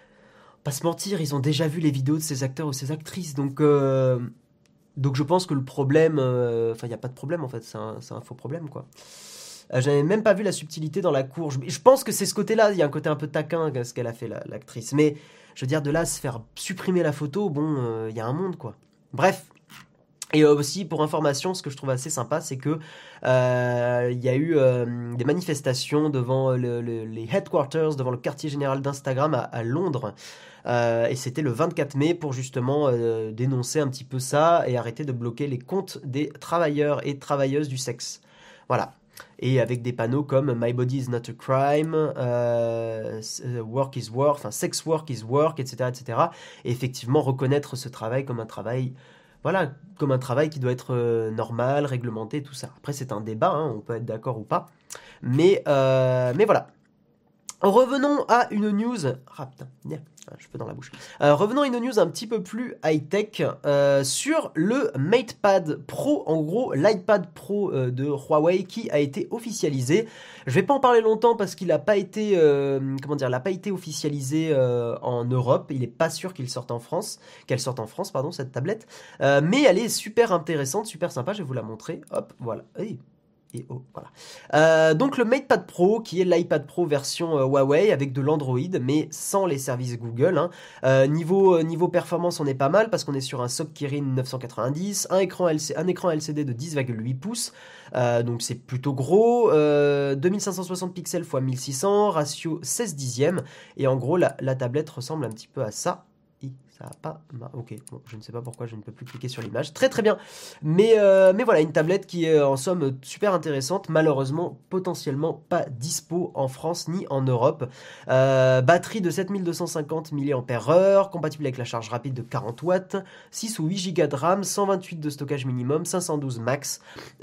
Speaker 1: pas se mentir, ils ont déjà vu les vidéos de ces acteurs ou ces actrices, donc. Euh, Donc je pense que le problème, euh, enfin il n'y a pas de problème en fait, c'est un, c'est un faux problème quoi. Euh, j'avais même pas vu la subtilité dans la courge. Je pense que c'est ce côté-là, il y a un côté un peu taquin ce qu'elle a fait la, l'actrice. Mais je veux dire de là à se faire supprimer la photo, bon, euh, il y a un monde quoi. Bref. Et euh, aussi, pour information, ce que je trouve assez sympa, c'est que euh, il y a eu euh, des manifestations devant le, le, les headquarters, devant le quartier général d'Instagram à, à Londres. Euh, et c'était le vingt-quatre mai pour justement euh, dénoncer un petit peu ça et arrêter de bloquer les comptes des travailleurs et travailleuses du sexe. Voilà. Et avec des panneaux comme My body is not a crime, euh, work is work, enfin sex work is work, et cetera, et cetera. Et effectivement reconnaître ce travail comme un travail, voilà, comme un travail qui doit être euh, normal, réglementé, tout ça. Après c'est un débat, hein, on peut être d'accord ou pas, mais euh, mais voilà. Revenons à une news. Ah putain, je peux dans la bouche. Euh, revenons à une news un petit peu plus high-tech euh, sur le MatePad Pro. En gros, l'iPad Pro euh, de Huawei qui a été officialisé. Je vais pas en parler longtemps parce qu'il a pas été, euh, comment dire, il a pas été officialisé euh, en Europe. Il est pas sûr qu'il sorte en France, qu'elle sorte en France, pardon, cette tablette. Euh, mais elle est super intéressante, super sympa. Je vais vous la montrer. Hop, voilà. Hey. Et oh, voilà. Euh, donc le MatePad Pro, qui est l'iPad Pro version euh, Huawei avec de l'Android, mais sans les services Google. Hein. Euh, niveau, euh, niveau performance, on est pas mal parce qu'on est sur un SoC Kirin neuf cent quatre-vingt-dix, un écran, L C, un écran L C D de dix virgule huit pouces, euh, donc c'est plutôt gros, euh, deux mille cinq cent soixante pixels x mille six cents, ratio seize dixièmes, et en gros la, la tablette ressemble un petit peu à ça. Ça a pas... Ok, bon, je ne sais pas pourquoi je ne peux plus cliquer sur l'image. Très très bien. Mais, euh, mais voilà, une tablette qui est en somme super intéressante. Malheureusement, potentiellement pas dispo en France ni en Europe. Euh, batterie de sept mille deux cent cinquante milliampères heure, compatible avec la charge rapide de quarante watts, six ou huit gigas de RAM, cent vingt-huit de stockage minimum, cinq cent douze max.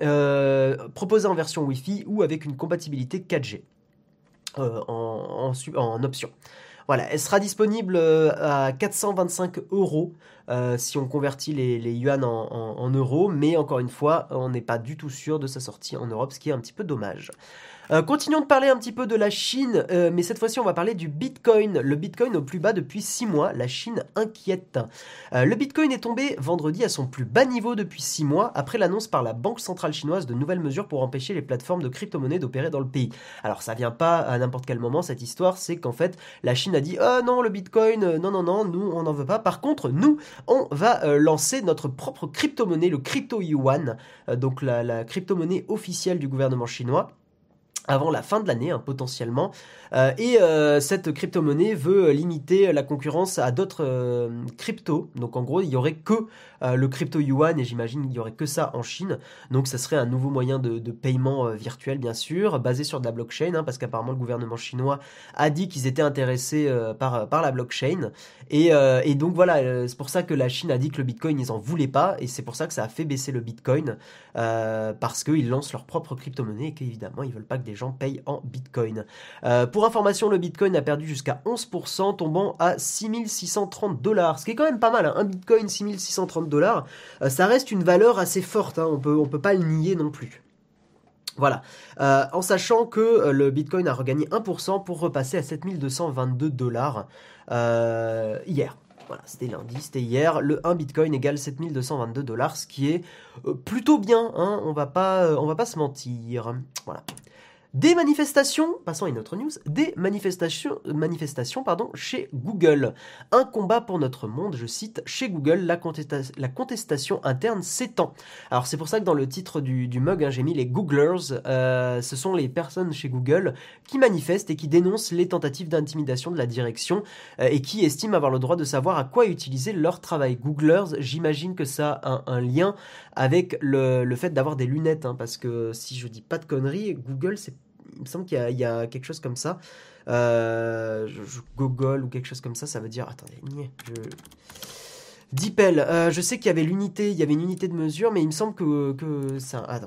Speaker 1: Euh, proposé en version Wi-Fi ou avec une compatibilité quatre G euh, en, en, en option. Voilà, elle sera disponible à quatre cent vingt-cinq euros euh, si on convertit les, les yuan en, en, en euros, mais encore une fois, on n'est pas du tout sûr de sa sortie en Europe, ce qui est un petit peu dommage. Euh, continuons de parler un petit peu de la Chine, euh, mais cette fois-ci on va parler du Bitcoin. Le Bitcoin au plus bas depuis six mois, la Chine inquiète. Euh, le Bitcoin est tombé vendredi à son plus bas niveau depuis six mois, après l'annonce par la Banque centrale chinoise de nouvelles mesures pour empêcher les plateformes de crypto-monnaies d'opérer dans le pays. Alors ça vient pas à n'importe quel moment, cette histoire, c'est qu'en fait la Chine a dit « Oh non, le Bitcoin, euh, non, non, non, nous on n'en veut pas. Par contre, nous, on va euh, lancer notre propre crypto-monnaie, le crypto-yuan, euh, donc la, la crypto-monnaie officielle du gouvernement chinois. » Avant la fin de l'année, hein, potentiellement. Euh, et euh, cette crypto-monnaie veut limiter la concurrence à d'autres euh, cryptos. Donc en gros, il y aurait que euh, le crypto-yuan, et j'imagine qu'il y aurait que ça en Chine. Donc ça serait un nouveau moyen de, de paiement euh, virtuel, bien sûr, basé sur de la blockchain, hein, parce qu'apparemment le gouvernement chinois a dit qu'ils étaient intéressés euh, par, par la blockchain. Et, euh, et donc voilà, euh, c'est pour ça que la Chine a dit que le Bitcoin, ils en voulaient pas, et c'est pour ça que ça a fait baisser le Bitcoin, euh, parce qu'ils lancent leur propre crypto-monnaie, et qu'évidemment, ils veulent pas que des gens payent en Bitcoin. Euh, pour information, le Bitcoin a perdu jusqu'à onze pour cent, tombant à six mille six cent trente dollars, ce qui est quand même pas mal, hein. Un Bitcoin, six mille six cent trente dollars, euh, ça reste une valeur assez forte, hein. on peut, on peut pas le nier non plus. Voilà, euh, en sachant que euh, le Bitcoin a regagné un pour cent pour repasser à sept mille deux cent vingt-deux dollars euh, hier. Voilà, c'était lundi, c'était hier. Le un Bitcoin égale sept mille deux cent vingt-deux dollars, ce qui est euh, plutôt bien, hein, on va pas, euh, on va pas se mentir. Voilà. Des manifestations, passons à une autre news, des manifestations, manifestations pardon, chez Google. Un combat pour notre monde, je cite, chez Google, la, contesta- la contestation interne s'étend. Alors c'est pour ça que dans le titre du, du mug, hein, j'ai mis les Googlers, euh, ce sont les personnes chez Google qui manifestent et qui dénoncent les tentatives d'intimidation de la direction euh, et qui estiment avoir le droit de savoir à quoi utiliser leur travail. Googlers, j'imagine que ça a un, un lien avec le, le fait d'avoir des lunettes, hein, parce que si je dis pas de conneries, Google c'est il me semble qu'il y a, il y a quelque chose comme ça. Euh, je, je Google ou quelque chose comme ça, ça veut dire... Attendez, je... DeepL, euh, je sais qu'il y avait l'unité, il y avait une unité de mesure, mais il me semble que, que ça... Attends,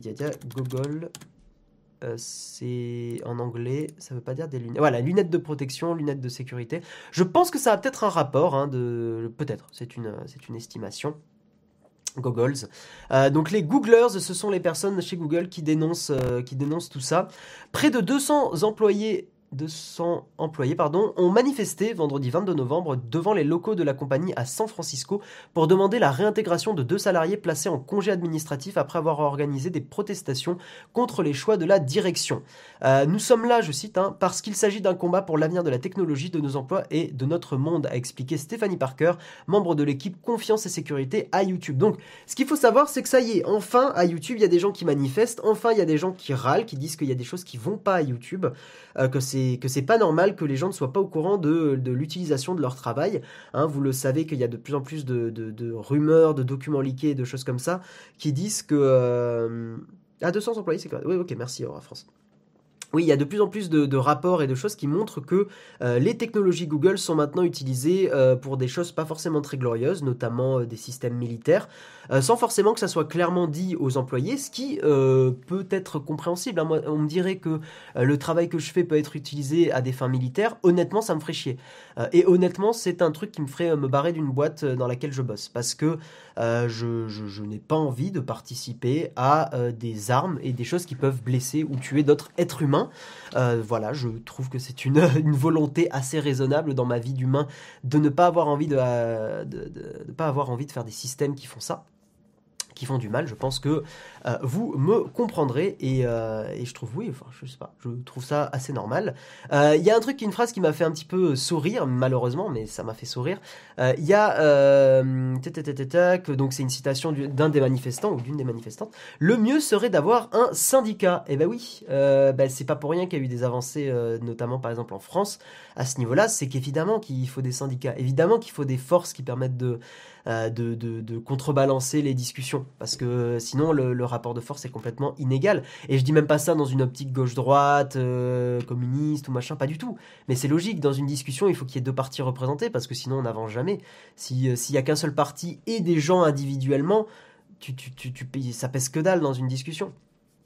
Speaker 1: Google, euh, c'est en anglais, ça veut pas dire des lunettes... Voilà, lunettes de protection, lunettes de sécurité. Je pense que ça a peut-être un rapport, hein, de... peut-être, c'est une, c'est une estimation. Googles. Euh, donc les Googlers, ce sont les personnes chez Google qui dénoncent, euh, qui dénoncent tout ça. Près de deux cents employés deux cents employés pardon, ont manifesté vendredi vingt-deux novembre devant les locaux de la compagnie à San Francisco pour demander la réintégration de deux salariés placés en congé administratif après avoir organisé des protestations contre les choix de la direction. Euh, nous sommes là, je cite, hein, parce qu'il s'agit d'un combat pour l'avenir de la technologie, de nos emplois et de notre monde, a expliqué Stephanie Parker, membre de l'équipe Confiance et Sécurité à YouTube. Donc, ce qu'il faut savoir, c'est que ça y est, enfin, à YouTube, il y a des gens qui manifestent, enfin, il y a des gens qui râlent, qui disent qu'il y a des choses qui vont pas à YouTube, euh, que c'est que c'est pas normal que les gens ne soient pas au courant de, de l'utilisation de leur travail. Hein, vous le savez qu'il y a de plus en plus de, de, de rumeurs, de documents leakés, de choses comme ça, qui disent que... Euh... Ah, deux cents employés, c'est quoi ? Oui, ok, merci, Aura France. Oui, il y a de plus en plus de, de rapports et de choses qui montrent que euh, les technologies Google sont maintenant utilisées euh, pour des choses pas forcément très glorieuses, notamment euh, des systèmes militaires, euh, sans forcément que ça soit clairement dit aux employés, ce qui euh, peut être compréhensible. Hein. Moi, on me dirait que euh, le travail que je fais peut être utilisé à des fins militaires. Honnêtement, ça me ferait chier. Euh, et honnêtement, c'est un truc qui me ferait me barrer d'une boîte dans laquelle je bosse, parce que euh, je, je, je n'ai pas envie de participer à euh, des armes et des choses qui peuvent blesser ou tuer d'autres êtres humains. Euh, voilà, je trouve que c'est une, une volonté assez raisonnable dans ma vie d'humain de ne pas avoir envie de, euh, de, de, de pas avoir envie de faire des systèmes qui font ça, qui font du mal. Je pense que euh, vous me comprendrez et, euh, et je trouve, oui, enfin, je sais pas, je trouve ça assez normal. Il euh, y a un truc, une phrase qui m'a fait un petit peu sourire, malheureusement, mais ça m'a fait sourire. Il euh, y a, euh, donc c'est une citation d'un des manifestants ou d'une des manifestantes. Le mieux serait d'avoir un syndicat. Et ben oui, euh, ben c'est pas pour rien qu'il y a eu des avancées, euh, notamment par exemple en France, à ce niveau-là, c'est qu'évidemment qu'il faut des syndicats, évidemment qu'il faut des forces qui permettent de Euh, de, de, de contrebalancer les discussions, parce que sinon le, le rapport de force est complètement inégal. Et je dis même pas ça dans une optique gauche-droite, euh, communiste ou machin, pas du tout. Mais c'est logique, dans une discussion, il faut qu'il y ait deux partis représentés, parce que sinon on n'avance jamais. Si, euh, s'il y a qu'un seul parti et des gens individuellement, tu, tu, tu, tu, ça pèse que dalle dans une discussion.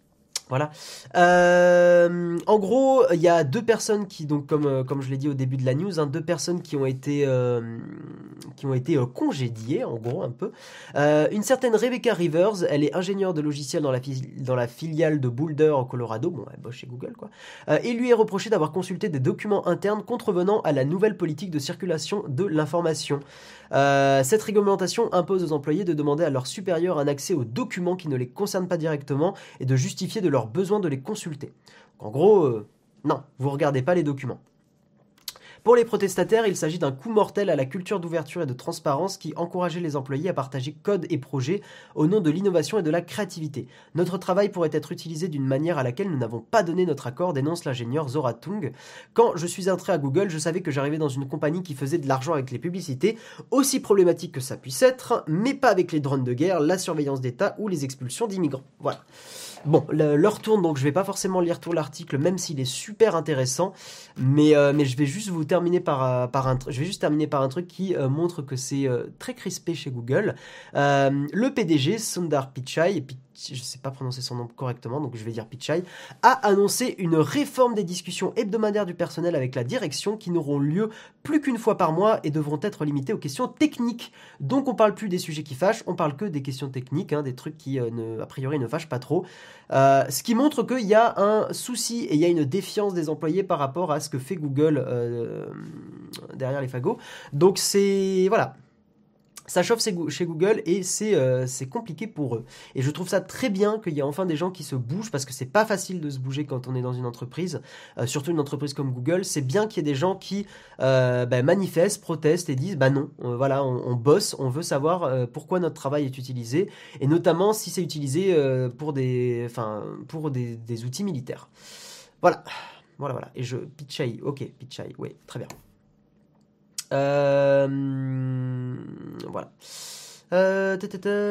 Speaker 1: Voilà. Euh, en gros, il y a deux personnes qui, donc comme euh, comme je l'ai dit au début de la news, hein, deux personnes qui ont été euh, qui ont été euh, congédiées, en gros un peu. Euh, une certaine Rebecca Rivers, elle est ingénieure de logiciel dans la fi- dans la filiale de Boulder au Colorado. Bon, elle bosse chez Google quoi. Euh, il lui est reproché d'avoir consulté des documents internes contrevenant à la nouvelle politique de circulation de l'information. Euh, cette réglementation impose aux employés de demander à leurs supérieurs un accès aux documents qui ne les concernent pas directement et de justifier de leur besoin de les consulter. Donc, en gros, euh, non, vous regardez pas les documents. Pour les protestataires, il s'agit d'un coup mortel à la culture d'ouverture et de transparence qui encourageait les employés à partager code et projets au nom de l'innovation et de la créativité. Notre travail pourrait être utilisé d'une manière à laquelle nous n'avons pas donné notre accord, dénonce l'ingénieur Zora Tung. Quand je suis entré à Google, je savais que j'arrivais dans une compagnie qui faisait de l'argent avec les publicités, aussi problématique que ça puisse être, mais pas avec les drones de guerre, la surveillance d'État ou les expulsions d'immigrants. Voilà. Bon, le, leur tourne, donc je vais pas forcément lire tout l'article, même s'il est super intéressant, mais, euh, mais je vais juste vous terminer par, euh, par un, je vais juste terminer par un truc qui euh, montre que c'est euh, très crispé chez Google. Euh, le P D G, Sundar Pichai, je sais pas prononcer son nom correctement, donc je vais dire Pichai, a annoncé une réforme des discussions hebdomadaires du personnel avec la direction qui n'auront lieu plus qu'une fois par mois et devront être limitées aux questions techniques. Donc on parle plus des sujets qui fâchent, on parle que des questions techniques, hein, des trucs qui euh, ne, a priori ne fâchent pas trop. Euh, ce qui montre qu'il y a un souci et il y a une défiance des employés par rapport à ce que fait Google euh, derrière les fagots. Donc c'est... voilà. Ça chauffe chez Google et c'est euh, c'est compliqué pour eux. Et je trouve ça très bien qu'il y ait enfin des gens qui se bougent parce que c'est pas facile de se bouger quand on est dans une entreprise, euh, surtout une entreprise comme Google. C'est bien qu'il y ait des gens qui euh, bah, manifestent, protestent et disent bah non, euh, voilà, on, on bosse, on veut savoir euh, pourquoi notre travail est utilisé et notamment si c'est utilisé euh, pour des, enfin pour des, des outils militaires. Voilà, voilà, voilà. Et je Pichai, ok, Pichai, oui, très bien. Euh, voilà. Euh,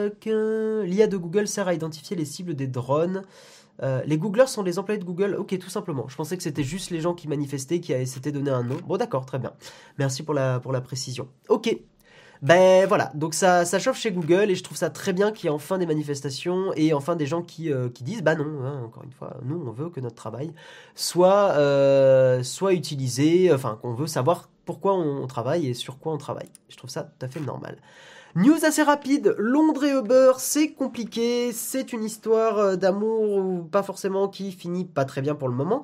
Speaker 1: L'I A de Google sert à identifier les cibles des drones. Euh, les Googlers sont les employés de Google. Ok, tout simplement. Je pensais que c'était juste les gens qui manifestaient, qui s'étaient donné un nom. Bon, d'accord, très bien. Merci pour la, pour la précision. Ok. Ben voilà, donc ça, ça chauffe chez Google et je trouve ça très bien qu'il y ait enfin des manifestations et enfin des gens qui, euh, qui disent bah non, hein, encore une fois, nous on veut que notre travail soit, euh, soit utilisé, enfin qu'on veut savoir pourquoi on travaille et sur quoi on travaille. Je trouve ça tout à fait normal. News assez rapide, Londres et Uber, c'est compliqué, c'est une histoire d'amour ou pas forcément qui finit pas très bien pour le moment.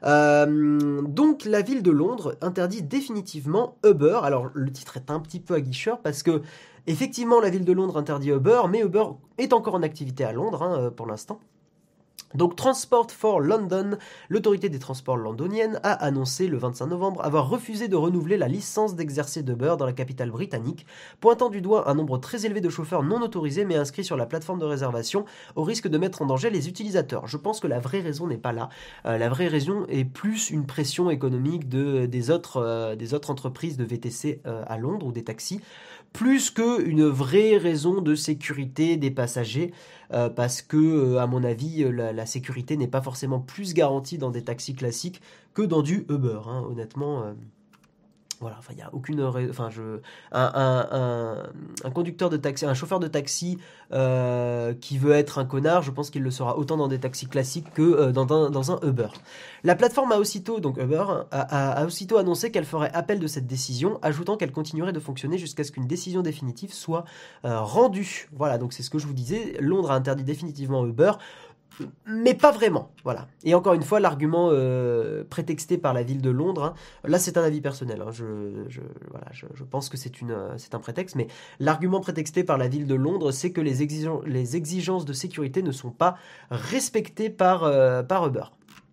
Speaker 1: Euh, donc la ville de Londres interdit définitivement Uber. Alors le titre est un petit peu aguicheur parce que effectivement la ville de Londres interdit Uber, mais Uber est encore en activité à Londres hein, pour l'instant. Donc Transport for London, l'autorité des transports londonienne, a annoncé le vingt-cinq novembre avoir refusé de renouveler la licence d'exercer d'Uber dans la capitale britannique, pointant du doigt un nombre très élevé de chauffeurs non autorisés mais inscrits sur la plateforme de réservation au risque de mettre en danger les utilisateurs. Je pense que la vraie raison n'est pas là. Euh, la vraie raison est plus une pression économique de, des, autres, euh, des autres entreprises de V T C euh, à Londres ou des taxis, plus qu'une vraie raison de sécurité des passagers. Euh, parce que, euh, à mon avis, la, la sécurité n'est pas forcément plus garantie dans des taxis classiques que dans du Uber, hein, honnêtement. Euh, voilà, enfin, il n'y a aucune... Enfin, je... Un, un, un, un conducteur de taxi, un chauffeur de taxi euh, qui veut être un connard, je pense qu'il le sera autant dans des taxis classiques que euh, dans, un, dans un Uber. La plateforme a aussitôt, donc Uber, a, a, a aussitôt annoncé qu'elle ferait appel de cette décision, ajoutant qu'elle continuerait de fonctionner jusqu'à ce qu'une décision définitive soit euh, rendue. Voilà, donc c'est ce que je vous disais, Londres a interdit définitivement Uber, mais pas vraiment, voilà. Et encore une fois, l'argument euh, prétexté par la ville de Londres, hein, là c'est un avis personnel, hein, je, je, voilà, je, je pense que c'est, une, c'est un prétexte, mais l'argument prétexté par la ville de Londres, c'est que les, exigen- les exigences de sécurité ne sont pas respectées par, euh, par Uber.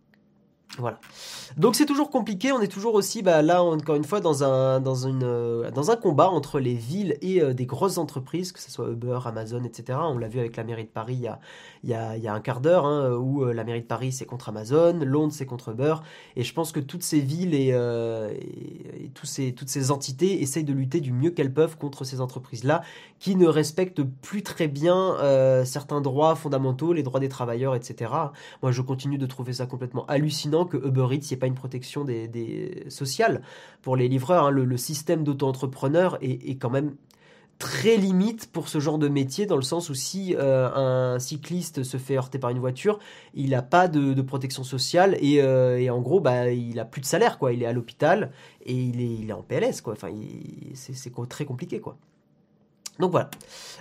Speaker 1: Voilà. Donc c'est toujours compliqué, on est toujours aussi bah, là encore une fois dans un, dans une, euh, dans un combat entre les villes et euh, des grosses entreprises, que ce soit Uber, Amazon, et cetera. On l'a vu avec la mairie de Paris il y a, il y a, il y a un quart d'heure, hein, où euh, la mairie de Paris c'est contre Amazon, Londres c'est contre Uber, et je pense que toutes ces villes et, euh, et, et tous ces, toutes ces entités essayent de lutter du mieux qu'elles peuvent contre ces entreprises-là, qui ne respectent plus très bien euh, certains droits fondamentaux, les droits des travailleurs, et cetera. Moi je continue de trouver ça complètement hallucinant que Uber Eats, il n'y ait pas une protection des, des sociale pour les livreurs. Hein. Le, le système d'auto-entrepreneur est, est quand même très limite pour ce genre de métier, dans le sens où si euh, un cycliste se fait heurter par une voiture, il n'a pas de, de protection sociale et, euh, et en gros, bah, il a plus de salaire, quoi. Il est à l'hôpital et il est, il est en P L S, quoi. Enfin, il, c'est, c'est très compliqué, quoi. Donc voilà.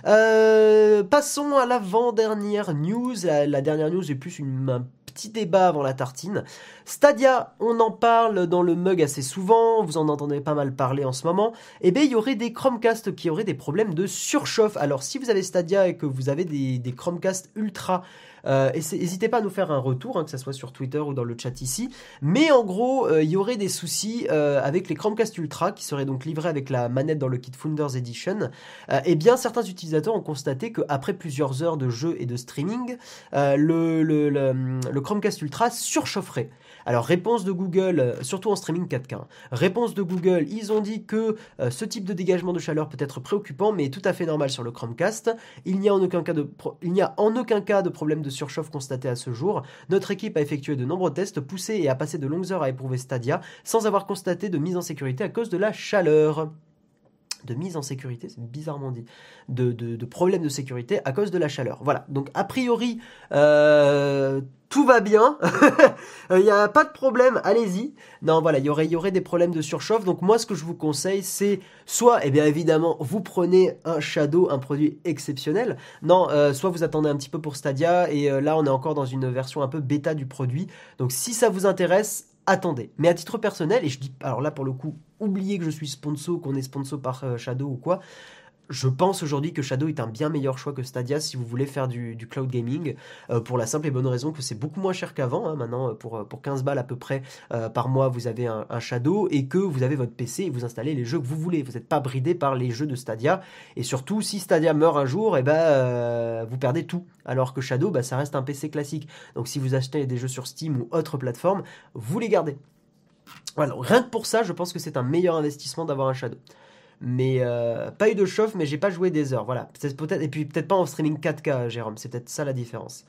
Speaker 1: Euh, passons à l'avant-dernière news. La, la dernière news est plus une, un petit débat avant la tartine. Stadia, on en parle dans le mug assez souvent, vous en entendez pas mal parler en ce moment. Eh bien, il y aurait des Chromecast qui auraient des problèmes de surchauffe. Alors, si vous avez Stadia et que vous avez des, des Chromecast Ultra, euh, n'hésitez pas à nous faire un retour, hein, que ce soit sur Twitter ou dans le chat ici. Mais en gros, euh, il y aurait des soucis euh, avec les Chromecast Ultra qui seraient donc livrés avec la manette dans le kit Founders Edition. Euh, eh bien, certains utilisateurs ont constaté qu'après plusieurs heures de jeu et de streaming, euh, le, le, le, le Chromecast Ultra surchaufferait. Alors, réponse de Google, surtout en streaming quatre K, hein. Réponse de Google, ils ont dit que euh, ce type de dégagement de chaleur peut être préoccupant, mais tout à fait normal sur le Chromecast. Il n'y a en aucun cas de, pro- il n'y a en aucun cas de problème de surchauffe constaté à ce jour. Notre équipe a effectué de nombreux tests, poussé et a passé de longues heures à éprouver Stadia, sans avoir constaté de mise en sécurité à cause de la chaleur. De mise en sécurité, c'est bizarrement dit, de, de, de problèmes de sécurité à cause de la chaleur. Voilà, donc a priori, euh, tout va bien, il n'y a pas de problème, allez-y. Non, voilà, il y aurait, il y aurait des problèmes de surchauffe, donc moi ce que je vous conseille, c'est soit, eh bien évidemment, vous prenez un Shadow, un produit exceptionnel, non, euh, soit vous attendez un petit peu pour Stadia, et euh, là on est encore dans une version un peu bêta du produit, donc si ça vous intéresse, attendez. Mais à titre personnel, et je dis, alors là pour le coup, oubliez que je suis sponsor, qu'on est sponsor par euh, Shadow ou quoi, je pense aujourd'hui que Shadow est un bien meilleur choix que Stadia si vous voulez faire du, du cloud gaming, euh, pour la simple et bonne raison que c'est beaucoup moins cher qu'avant, hein. Maintenant pour, pour quinze balles à peu près euh, par mois vous avez un, un Shadow et que vous avez votre P C et vous installez les jeux que vous voulez, vous n'êtes pas bridé par les jeux de Stadia, et surtout si Stadia meurt un jour, et eh ben, euh, vous perdez tout, alors que Shadow bah, ça reste un P C classique, donc si vous achetez des jeux sur Steam ou autre plateforme, vous les gardez. Voilà, rien que pour ça je pense que c'est un meilleur investissement d'avoir un Shadow. Mais euh, pas eu de chauffe, mais j'ai pas joué des heures. Voilà, peut-être, peut-être, et puis peut-être pas en streaming quatre K, Jérôme. C'est peut-être ça la différence.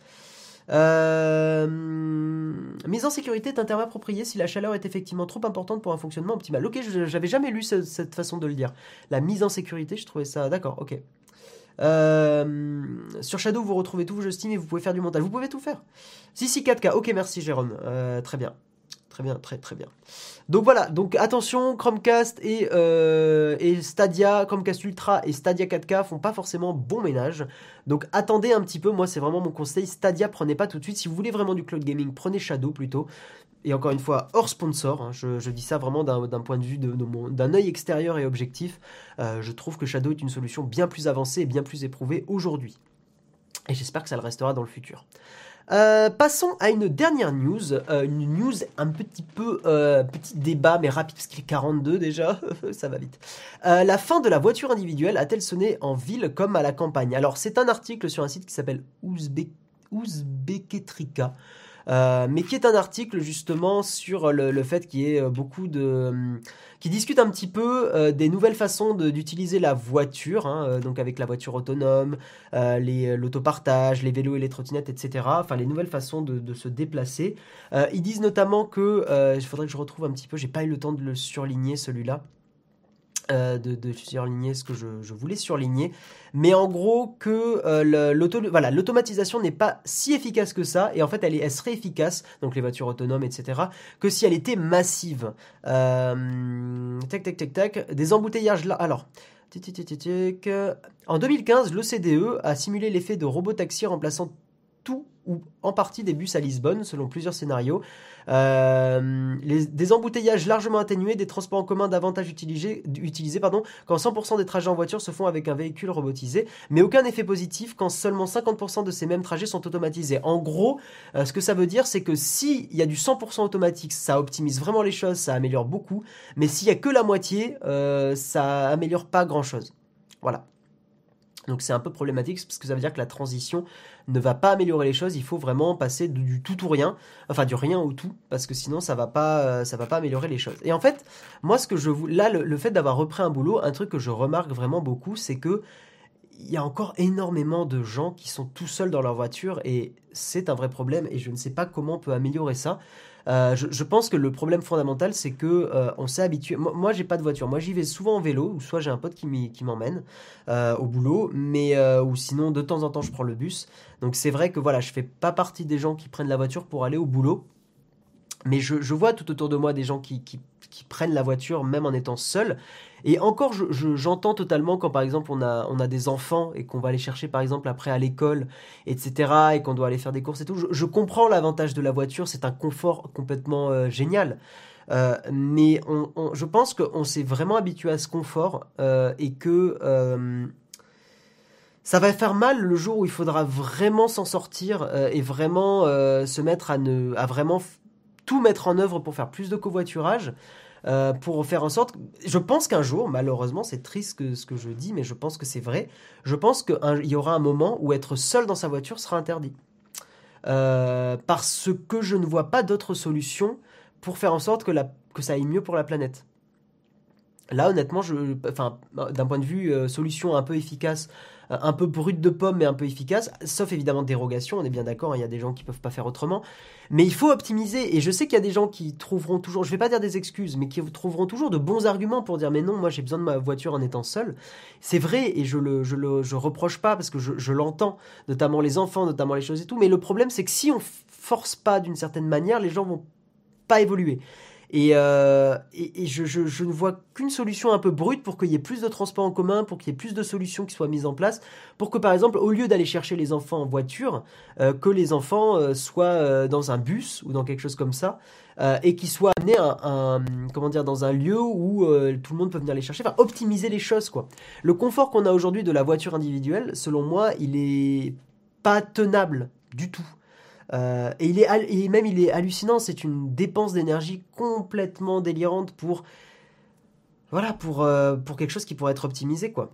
Speaker 1: Euh, mise en sécurité est un terme approprié si la chaleur est effectivement trop importante pour un fonctionnement optimal. Ok, je, j'avais jamais lu ce, cette façon de le dire. La mise en sécurité, je trouvais ça. D'accord, ok. Euh, sur Shadow, vous retrouvez tous vos jeux Steam et vous pouvez faire du montage. Vous pouvez tout faire. Si, si, quatre K. Ok, merci, Jérôme. Euh, très bien. Très bien, très très bien. Donc voilà, donc attention, Chromecast et, euh, et Stadia, Chromecast Ultra et Stadia quatre K font pas forcément bon ménage. Donc attendez un petit peu, moi c'est vraiment mon conseil. Stadia, prenez pas tout de suite. Si vous voulez vraiment du cloud gaming, prenez Shadow plutôt. Et encore une fois, hors sponsor, hein, je, je dis ça vraiment d'un, d'un point de vue de, de mon, d'un œil extérieur et objectif. Euh, je trouve que Shadow est une solution bien plus avancée et bien plus éprouvée aujourd'hui. Et j'espère que ça le restera dans le futur. Euh, passons à une dernière news, euh, une news un petit peu, euh, petit débat mais rapide parce qu'il est quarante-deux déjà, ça va vite. Euh, la fin de la voiture individuelle a-t-elle sonné en ville comme à la campagne? Alors c'est un article sur un site qui s'appelle Ouzbek, Ouzbeketrika. Euh, mais qui est un article justement sur le, le fait qu'il y ait beaucoup de... Euh, qui discute un petit peu euh, des nouvelles façons de, d'utiliser la voiture, hein, euh, donc avec la voiture autonome, euh, les, l'autopartage, les vélos et les trottinettes, et cetera. Enfin, les nouvelles façons de, de se déplacer. Euh, ils disent notamment que... Euh, il faudrait que je retrouve un petit peu, j'ai pas eu le temps de le surligner celui-là. Euh, de, de surligner ce que je, je voulais surligner, mais en gros que euh, le, l'auto, voilà, l'automatisation n'est pas si efficace que ça, et en fait elle, est, elle serait efficace, donc les voitures autonomes, et cetera, que si elle était massive. Euh, tac, tac, tac, tac, des embouteillages là, alors... En deux mille quinze, l'O C D E a simulé l'effet de robotaxi remplaçant tout ou en partie des bus à Lisbonne, selon plusieurs scénarios. Euh, les, des embouteillages largement atténués, des transports en commun davantage utilisés, utilisés pardon, quand cent pour cent des trajets en voiture se font avec un véhicule robotisé, mais aucun effet positif quand seulement cinquante pour cent de ces mêmes trajets sont automatisés. En gros, euh, ce que ça veut dire, c'est que s'il y a du cent pour cent automatique, ça optimise vraiment les choses, ça améliore beaucoup, mais s'il y a que la moitié, euh, ça améliore pas grand-chose. Voilà. Donc c'est un peu problématique parce que ça veut dire que la transition ne va pas améliorer les choses, il faut vraiment passer du, du tout ou rien, enfin du rien au tout, parce que sinon ça va pas, euh, ça va pas améliorer les choses. Et en fait, moi ce que je vous, là le, le fait d'avoir repris un boulot, un truc que je remarque vraiment beaucoup, c'est que il y a encore énormément de gens qui sont tout seuls dans leur voiture et c'est un vrai problème et je ne sais pas comment on peut améliorer ça. Euh, je, je pense que le problème fondamental, c'est que euh, on s'est habitué. Moi, moi, j'ai pas de voiture. Moi, j'y vais souvent en vélo, ou soit j'ai un pote qui m'y- qui m'emmène euh, au boulot, mais euh, ou sinon de temps en temps je prends le bus. Donc c'est vrai que voilà, je fais pas partie des gens qui prennent la voiture pour aller au boulot. Mais je, je vois tout autour de moi des gens qui, qui, qui prennent la voiture même en étant seuls. Et encore, je, je- j'entends totalement quand par exemple on a, on a des enfants et qu'on va les chercher par exemple après à l'école, et cetera. Et qu'on doit aller faire des courses et tout. Je, je comprends l'avantage de la voiture, c'est un confort complètement euh, génial. Euh, mais on, on- je pense qu'on s'est vraiment habitué à ce confort euh, et que euh, ça va faire mal le jour où il faudra vraiment s'en sortir euh, et vraiment euh, se mettre à ne, à vraiment f- tout mettre en œuvre pour faire plus de covoiturage, euh, pour faire en sorte. Je pense qu'un jour, malheureusement, c'est triste que, ce que je dis, mais je pense que c'est vrai. Je pense qu'il y aura un moment où être seul dans sa voiture sera interdit. Euh, parce que je ne vois pas d'autre solution pour faire en sorte que, la, que ça aille mieux pour la planète. Là, honnêtement, je, enfin, d'un point de vue euh, solution un peu efficace, euh, un peu brute de pomme, mais un peu efficace, sauf évidemment dérogation, on est bien d'accord, hein, il y a des gens qui peuvent pas faire autrement. Mais il faut optimiser, et je sais qu'il y a des gens qui trouveront toujours, je vais pas dire des excuses, mais qui trouveront toujours de bons arguments pour dire, mais non, moi j'ai besoin de ma voiture en étant seul. C'est vrai, et je le, je le, je reproche pas, parce que je, je l'entends, notamment les enfants, notamment les choses et tout, mais le problème c'est que si on force pas d'une certaine manière, les gens vont pas évoluer. Et, euh, et, et je, je, je ne vois qu'une solution un peu brute pour qu'il y ait plus de transports en commun, pour qu'il y ait plus de solutions qui soient mises en place, pour que par exemple, au lieu d'aller chercher les enfants en voiture, euh, que les enfants euh, soient euh, dans un bus ou dans quelque chose comme ça, euh, et qu'ils soient amenés à un, comment dire, dans un lieu où euh, tout le monde peut venir les chercher, enfin optimiser les choses quoi. Le confort qu'on a aujourd'hui de la voiture individuelle, selon moi, il est pas tenable du tout. Euh, et, il est, et même il est hallucinant, c'est une dépense d'énergie complètement délirante pour, voilà, pour, euh, pour quelque chose qui pourrait être optimisé, quoi.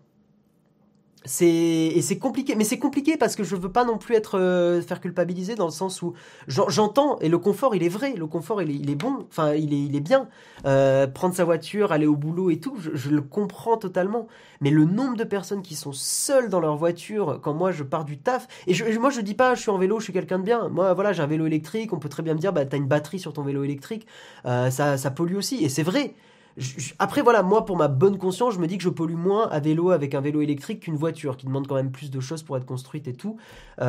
Speaker 1: C'est et c'est compliqué, mais c'est compliqué parce que je veux pas non plus être euh, faire culpabiliser dans le sens où j'en- j'entends et le confort il est vrai, le confort il est, il est bon, enfin il est, il est bien. Euh, prendre sa voiture, aller au boulot et tout, je, je le comprends totalement. Mais le nombre de personnes qui sont seules dans leur voiture quand moi je pars du taf et je, moi je dis pas je suis en vélo, je suis quelqu'un de bien. Moi voilà j'ai un vélo électrique, on peut très bien me dire bah t'as une batterie sur ton vélo électrique, euh, ça ça pollue aussi et c'est vrai. Je- je- Après, voilà, moi, pour ma bonne conscience, je me dis que je pollue moins à vélo avec un vélo électrique qu'une voiture, qui demande quand même plus de choses pour être construite et tout.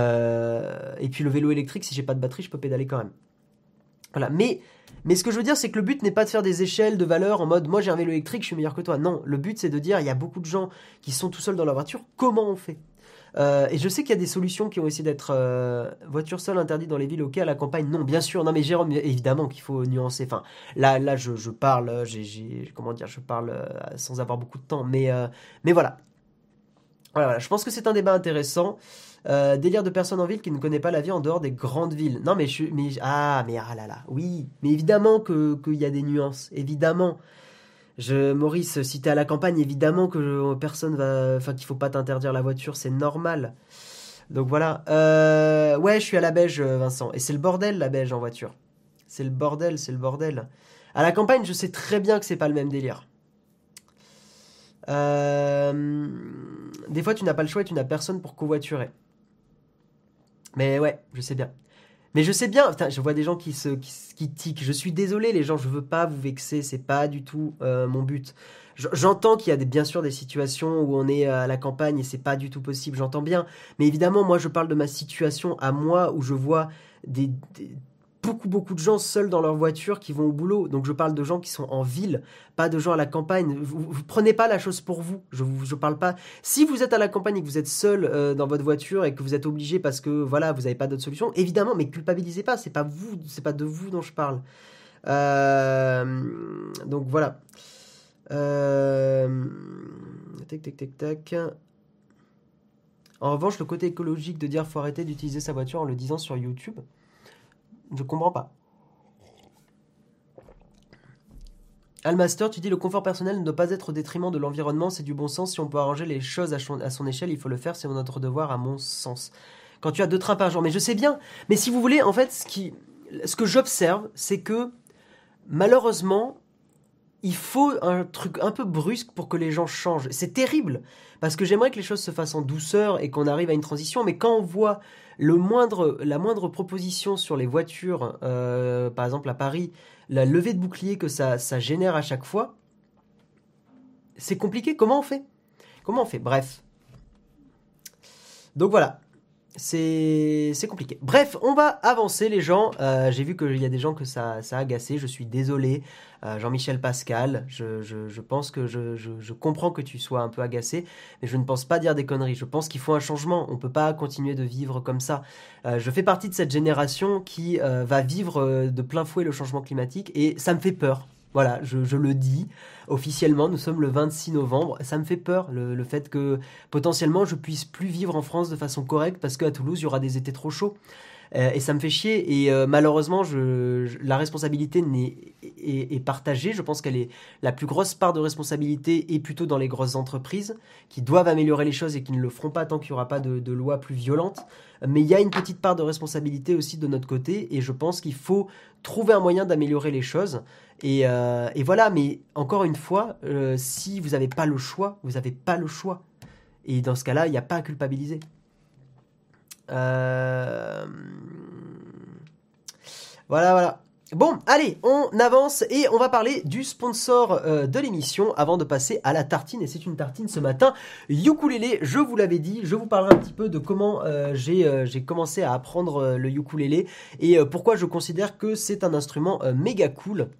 Speaker 1: Euh, et puis le vélo électrique, si j'ai pas de batterie, je peux pédaler quand même. Voilà, mais, mais ce que je veux dire, c'est que le but n'est pas de faire des échelles de valeur en mode moi j'ai un vélo électrique, je suis meilleur que toi. Non, le but c'est de dire il y a beaucoup de gens qui sont tout seuls dans leur voiture, comment on fait? Euh, et je sais qu'il y a des solutions qui ont essayé d'être euh, voiture seule interdite dans les villes, ok, à la campagne, non, bien sûr, non mais Jérôme, évidemment qu'il faut nuancer. Enfin, là, là, je, je parle, euh, j'ai, j'ai- comment dire, je parle euh, sans avoir beaucoup de temps, mais, euh, mais voilà. Voilà, voilà, je pense que c'est un débat intéressant. Euh, délire de personnes en ville qui ne connaît pas la vie en dehors des grandes villes. Non, mais je, mais ah, mais ah là là, oui, mais évidemment que qu'il y a des nuances, évidemment. Je, Maurice, si t'es à la campagne, évidemment que personne va, enfin qu'il faut pas t'interdire la voiture, c'est normal. Donc voilà. Euh, ouais, je suis à la Beige, euh, Vincent. Et c'est le bordel, la Beige en voiture. C'est le bordel, c'est le bordel. À la campagne, je sais très bien que c'est pas le même délire. Euh, Des fois, tu n'as pas le choix et tu n'as personne pour covoiturer. Mais ouais, je sais bien. Mais je sais bien, putain, je vois des gens qui se qui, qui tiquent. Je suis désolé, les gens, je veux pas vous vexer, c'est pas du tout euh, mon but. J- J'entends qu'il y a des, bien sûr des situations où on est à la campagne et c'est pas du tout possible, j'entends bien. Mais évidemment, moi, je parle de ma situation à moi où je vois des, des- beaucoup beaucoup de gens seuls dans leur voiture qui vont au boulot. Donc je parle de gens qui sont en ville, pas de gens à la campagne. Vous, vous prenez pas la chose pour vous. Je vous, je parle pas. Si vous êtes à la campagne et que vous êtes seul euh, dans votre voiture et que vous êtes obligé parce que voilà, vous n'avez pas d'autre solution, évidemment, mais culpabilisez pas, c'est pas vous, c'est pas de vous dont je parle. Euh, donc voilà. Euh, tac tac tac tac. En revanche, le côté écologique de dire faut arrêter d'utiliser sa voiture en le disant sur YouTube, je comprends pas. Almaster, tu dis le confort personnel ne doit pas être au détriment de l'environnement, c'est du bon sens. Si on peut arranger les choses à son, à son échelle, il faut le faire, c'est notre devoir à mon sens. Quand tu as deux trains par jour, mais je sais bien, mais si vous voulez, en fait, ce, qui, ce que j'observe, c'est que malheureusement, il faut un truc un peu brusque pour que les gens changent. C'est terrible, parce que j'aimerais que les choses se fassent en douceur et qu'on arrive à une transition, mais quand on voit le moindre, la moindre proposition sur les voitures, euh, par exemple à Paris, la levée de bouclier que ça, ça génère à chaque fois, c'est compliqué. Comment on fait? Comment on fait? Bref. Donc voilà. C'est c'est compliqué. Bref, on va avancer les gens. Euh, j'ai vu qu'il y a des gens que ça, ça a agacé. Je suis désolé. Euh, Jean-Michel Pascal, je, je, je pense que je, je, je comprends que tu sois un peu agacé, mais je ne pense pas dire des conneries. Je pense qu'il faut un changement. On ne peut pas continuer de vivre comme ça. Euh, je fais partie de cette génération qui euh, va vivre euh, de plein fouet le changement climatique et ça me fait peur. Voilà, je, je le dis officiellement, nous sommes le vingt-six novembre, ça me fait peur le, le fait que potentiellement je puisse plus vivre en France de façon correcte parce qu'à Toulouse il y aura des étés trop chauds. Euh, et ça me fait chier et euh, malheureusement je, je- la responsabilité n'est, est, est partagée. Je pense qu'elle est la plus grosse part de responsabilité est plutôt dans les grosses entreprises qui doivent améliorer les choses et qui ne le feront pas tant qu'il n'y aura pas de, de loi plus violente. Mais il y a une petite part de responsabilité aussi de notre côté et je pense qu'il faut trouver un moyen d'améliorer les choses. Et, euh, et voilà, mais encore une fois, euh, si vous n'avez pas le choix, vous n'avez pas le choix. Et dans ce cas-là, il n'y a pas à culpabiliser. Euh... Voilà, voilà. Bon, allez, on avance et on va parler du sponsor euh, de l'émission avant de passer à la tartine. Et c'est une tartine ce matin, ukulélé, je vous l'avais dit. Je vous parlerai un petit peu de comment euh, j'ai euh, j'ai commencé à apprendre euh, le ukulélé et euh, pourquoi je considère que c'est un instrument euh, méga cool.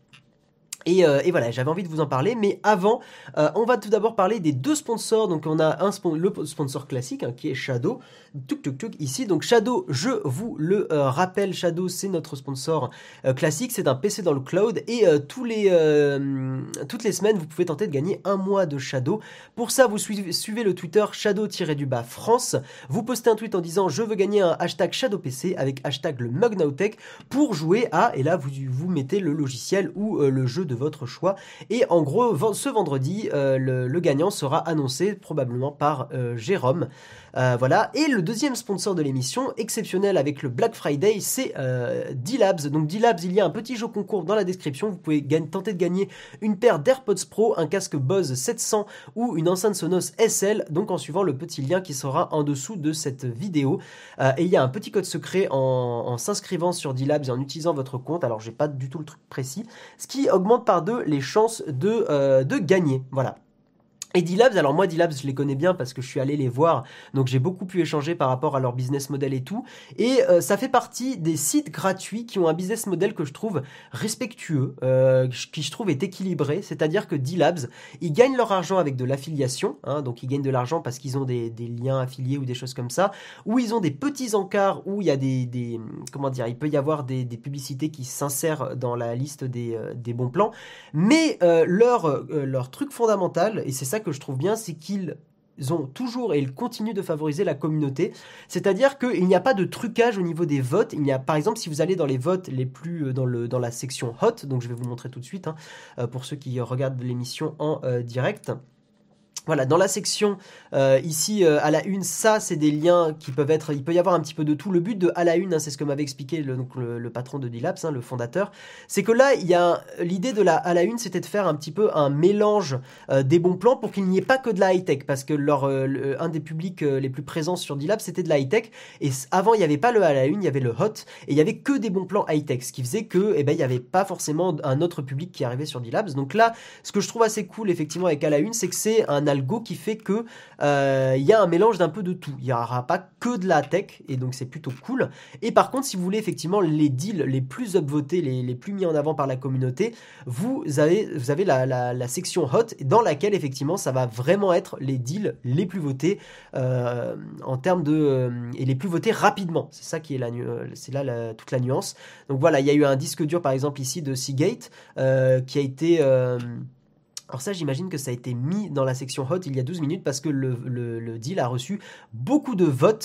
Speaker 1: Et, euh, et voilà, j'avais envie de vous en parler, mais avant, euh, on va tout d'abord parler des deux sponsors. Donc on a un spon- le sponsor classique hein, qui est Shadow, tuk tuk tuk ici. Donc Shadow, je vous le euh, rappelle, Shadow c'est notre sponsor euh, classique, c'est un P C dans le cloud et euh, tous les, euh, toutes les semaines vous pouvez tenter de gagner un mois de Shadow. Pour ça vous suivez, suivez le Twitter Shadow-du-bas France, vous postez un tweet en disant je veux gagner un hashtag Shadow P C avec hashtag le MugNowTech pour jouer à, et là vous, vous mettez le logiciel ou euh, le jeu de votre choix. Et en gros, ce vendredi, euh, le, le gagnant sera annoncé probablement par euh, Jérôme. Euh, voilà. Et le deuxième sponsor de l'émission, exceptionnel avec le Black Friday, c'est euh, D-Labs. Donc D-Labs, il y a un petit jeu concours dans la description. Vous pouvez gagne, tenter de gagner une paire d'AirPods Pro, un casque Bose sept cents ou une enceinte Sonos S L. Donc en suivant le petit lien qui sera en dessous de cette vidéo. Euh, et il y a un petit code secret en, en s'inscrivant sur D-Labs et en utilisant votre compte. Alors j'ai pas du tout le truc précis. Ce qui augmente par deux les chances de, euh, de gagner. Voilà. Et D-Labs, alors moi D-Labs je les connais bien parce que je suis allé les voir, donc j'ai beaucoup pu échanger par rapport à leur business model et tout, et euh, ça fait partie des sites gratuits qui ont un business model que je trouve respectueux, euh, qui je trouve est équilibré, c'est-à-dire que D-Labs, ils gagnent leur argent avec de l'affiliation, hein, donc ils gagnent de l'argent parce qu'ils ont des, des liens affiliés ou des choses comme ça, ou ils ont des petits encarts où il y a des, des comment dire, il peut y avoir des, des publicités qui s'insèrent dans la liste des, euh, des bons plans, mais euh, leur, euh, leur truc fondamental, et c'est ça que je trouve bien, c'est qu'ils ont toujours et ils continuent de favoriser la communauté. C'est-à-dire qu'il n'y a pas de trucage au niveau des votes. Il y a, par exemple, si vous allez dans les votes les plus dans le dans la section hot, donc je vais vous montrer tout de suite hein, pour ceux qui regardent l'émission en euh, direct. Voilà, dans la section euh, ici euh, à la une, ça c'est des liens qui peuvent être, il peut y avoir un petit peu de tout. Le but de à la une, hein, c'est ce que m'avait expliqué le, donc le, le patron de D-Labs, hein, le fondateur, c'est que là il y a l'idée de la à la une, c'était de faire un petit peu un mélange euh, des bons plans pour qu'il n'y ait pas que de la high tech, parce que leur euh, le, un des publics euh, les plus présents sur D-Labs c'était de la high tech, et avant il n'y avait pas le à la une, il y avait le hot et il y avait que des bons plans high tech, ce qui faisait que eh ben il n'y avait pas forcément un autre public qui arrivait sur D-Labs. Donc là, ce que je trouve assez cool effectivement avec à la une, c'est que c'est un algo qui fait que euh, il y a un mélange d'un peu de tout. Il n'y aura pas que de la tech et donc c'est plutôt cool. Et par contre, si vous voulez effectivement les deals les plus upvotés, les, les plus mis en avant par la communauté, vous avez, vous avez la, la, la section hot dans laquelle effectivement ça va vraiment être les deals les plus votés euh, en termes de euh, et les plus votés rapidement. C'est ça qui est la c'est là la, toute la nuance. Donc voilà, il y a eu un disque dur par exemple ici de Seagate euh, qui a été euh, alors ça, j'imagine que ça a été mis dans la section hot il y a douze minutes parce que le, le, le deal a reçu beaucoup de votes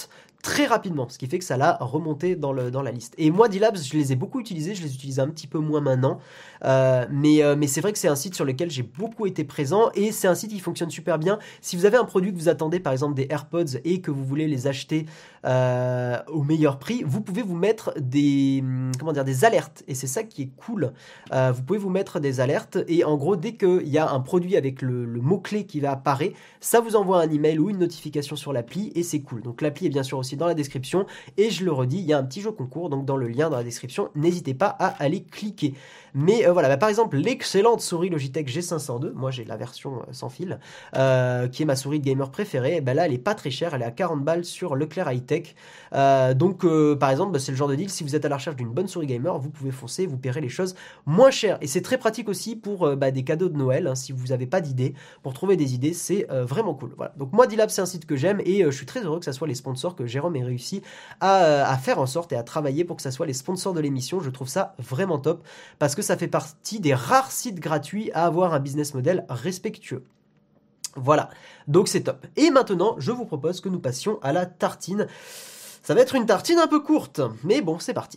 Speaker 1: très rapidement, ce qui fait que ça l'a remonté dans, le, dans la liste. Et moi, D-Labs, je les ai beaucoup utilisés, je les utilise un petit peu moins maintenant, euh, mais, euh, mais c'est vrai que c'est un site sur lequel j'ai beaucoup été présent, et c'est un site qui fonctionne super bien. Si vous avez un produit que vous attendez, par exemple des AirPods, et que vous voulez les acheter euh, au meilleur prix, vous pouvez vous mettre des, comment dire, des alertes, et c'est ça qui est cool. Euh, vous pouvez vous mettre des alertes, et en gros, dès qu'il y a un produit avec le, le mot-clé qui va apparaître, ça vous envoie un email ou une notification sur l'appli, et c'est cool. Donc l'appli est bien sûr aussi dans la description, et je le redis, il y a un petit jeu concours, donc dans le lien dans la description, n'hésitez pas à aller cliquer. Mais euh, voilà, bah, par exemple, l'excellente souris Logitech G cinq cent deux, moi j'ai la version euh, sans fil, euh, qui est ma souris de gamer préférée, et bah, là elle est pas très chère, elle est à quarante balles sur Leclerc High Tech. Euh, donc euh, par exemple, bah, c'est le genre de deal, si vous êtes à la recherche d'une bonne souris gamer, vous pouvez foncer, vous paierez les choses moins chères. Et c'est très pratique aussi pour euh, bah, des cadeaux de Noël, hein, si vous n'avez pas d'idées, pour trouver des idées, c'est euh, vraiment cool. Voilà. Donc moi, D-Lab, c'est un site que j'aime, et euh, je suis très heureux que ça soit les sponsors que Jérôme ait réussi à, à faire en sorte et à travailler pour que ça soit les sponsors de l'émission. Je trouve ça vraiment top, parce que ça fait partie des rares sites gratuits à avoir un business model respectueux. Voilà, donc c'est top. Et maintenant, je vous propose que nous passions à la tartine. Ça va être une tartine un peu courte, mais bon, c'est parti.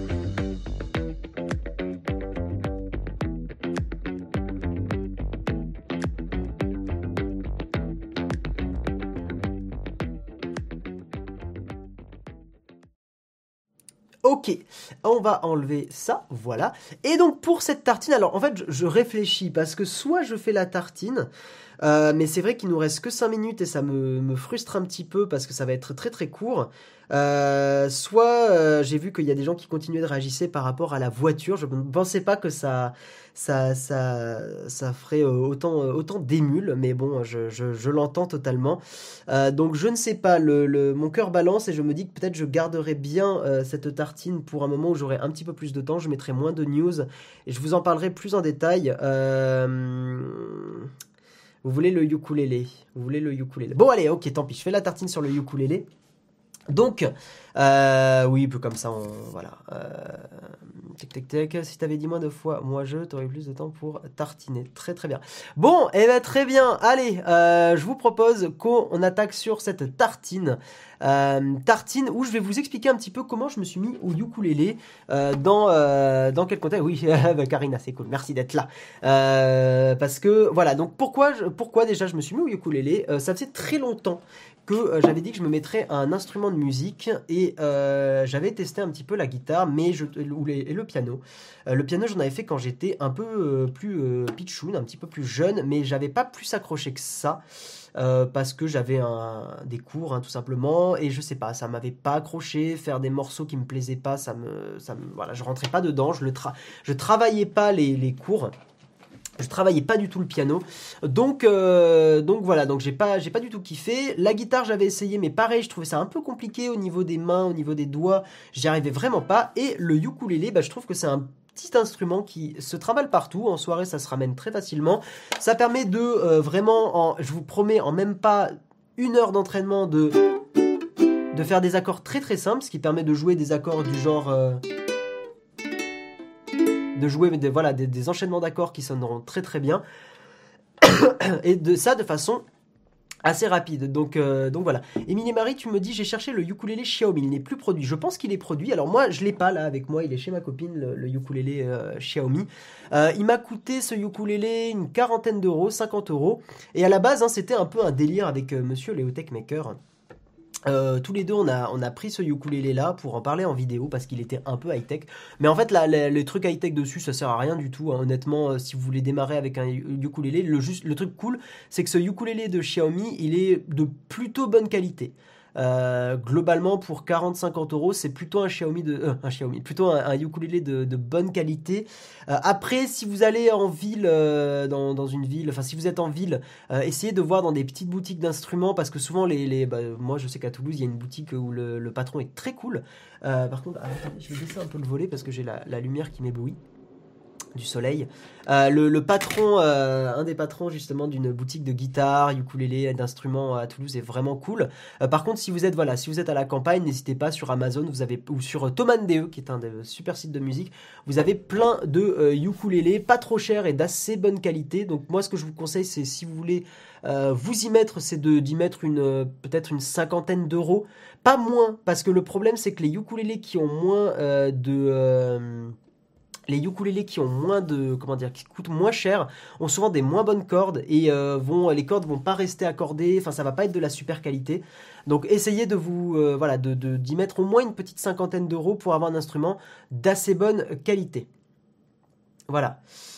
Speaker 1: Ok, on va enlever ça, voilà. Et donc pour cette tartine, alors en fait je, je réfléchis, parce que soit je fais la tartine, euh, mais c'est vrai qu'il nous reste que cinq minutes et ça me, me frustre un petit peu parce que ça va être très très court. Euh, soit euh, j'ai vu qu'il y a des gens qui continuaient de réagir par rapport à la voiture, je ne pensais pas que ça, ça, ça, ça ferait euh, autant, euh, autant d'émules, mais bon, je, je, je l'entends totalement. Euh, donc je ne sais pas, le, le, mon cœur balance et je me dis que peut-être je garderai bien euh, cette tartine pour un moment où j'aurai un petit peu plus de temps, je mettrai moins de news et je vous en parlerai plus en détail. Euh... Vous voulez le ukulélé, vous voulez le ukulélé. Bon allez, ok, tant pis, je fais la tartine sur le ukulélé. Donc, euh, oui, un peu comme ça, on, voilà. Euh, tic, tic, tic. Si t'avais dit moins de fois, moi je, t'aurais plus de temps pour tartiner. Très, très bien. Bon, et eh ben très bien. Allez, euh, je vous propose qu'on attaque sur cette tartine. Euh, tartine où je vais vous expliquer un petit peu comment je me suis mis au ukulélé. Euh, dans, euh, dans quel contexte? Oui, Karina, c'est cool. Merci d'être là. Euh, parce que, voilà. Donc, pourquoi, je, pourquoi déjà je me suis mis au ukulélé? euh, Ça faisait très longtemps que euh, j'avais dit que je me mettrais un instrument de musique et euh, j'avais testé un petit peu la guitare mais je, ou les, et le piano. Euh, le piano j'en avais fait quand j'étais un peu euh, plus euh, pitchoun, un petit peu plus jeune, mais j'avais pas plus accroché que ça. Euh, parce que j'avais un, des cours hein, tout simplement et je sais pas, ça m'avait pas accroché, faire des morceaux qui me plaisaient pas, ça me, ça me voilà, je rentrais pas dedans, je le tra- je travaillais pas les, les cours. Je travaillais pas du tout le piano, donc euh, donc voilà, donc j'ai pas j'ai pas du tout kiffé. La guitare j'avais essayé, mais pareil, je trouvais ça un peu compliqué au niveau des mains, au niveau des doigts, j'y arrivais vraiment pas. Et le ukulélé, bah, je trouve que c'est un petit instrument qui se trimballe partout. En soirée, ça se ramène très facilement. Ça permet de euh, vraiment, en, je vous promets, en même pas une heure d'entraînement, de de faire des accords très très simples, ce qui permet de jouer des accords du genre euh, de jouer des, voilà, des, des enchaînements d'accords qui sonneront très très bien et de ça de façon assez rapide. Donc, euh, donc voilà. Émilie Marie, tu me dis j'ai cherché le ukulélé Xiaomi, il n'est plus produit. Je pense qu'il est produit. Alors moi je l'ai pas là avec moi, il est chez ma copine le, le ukulélé euh, Xiaomi. Euh, il m'a coûté ce ukulélé une quarantaine d'euros, cinquante euros. Et à la base hein, c'était un peu un délire avec euh, Monsieur Léotech Maker. Euh, tous les deux on a, on a pris ce ukulélé là pour en parler en vidéo parce qu'il était un peu high tech, mais en fait là, les, les trucs high tech dessus ça sert à rien du tout hein. Honnêtement euh, si vous voulez démarrer avec un ukulélé, le, juste, le truc cool c'est que ce ukulélé de Xiaomi il est de plutôt bonne qualité. Euh, globalement pour quarante à cinquante euros c'est plutôt un Xiaomi de euh, un Xiaomi plutôt un, un ukulélé de, de bonne qualité. Euh, après si vous allez en ville euh, dans, dans une ville enfin si vous êtes en ville euh, essayez de voir dans des petites boutiques d'instruments parce que souvent les, les bah, moi je sais qu'à Toulouse il y a une boutique où le, le patron est très cool. Euh, par contre ah, je vais baisser un peu le volet parce que j'ai la, la lumière qui m'éblouit. du soleil. Euh, le, le patron, euh, un des patrons justement d'une boutique de guitare, ukulélé, d'instruments à Toulouse est vraiment cool. Euh, par contre, si vous êtes voilà, si vous êtes à la campagne, n'hésitez pas sur Amazon, vous avez ou sur Thomann point D E qui est un des super sites de musique, vous avez plein de euh, ukulélés pas trop chers et d'assez bonne qualité. Donc moi, ce que je vous conseille, c'est si vous voulez euh, vous y mettre, c'est de d'y mettre une euh, peut-être une cinquantaine d'euros, pas moins, parce que le problème c'est que les ukulélés qui ont moins euh, de euh, les ukulélés qui ont moins de, comment dire, qui coûtent moins cher, ont souvent des moins bonnes cordes et euh, vont, les cordes vont pas rester accordées. Enfin, ça va pas être de la super qualité. Donc, essayez de vous, euh, voilà, de, de- d'y mettre au moins une petite cinquantaine d'euros pour avoir un instrument d'assez bonne qualité. Voilà.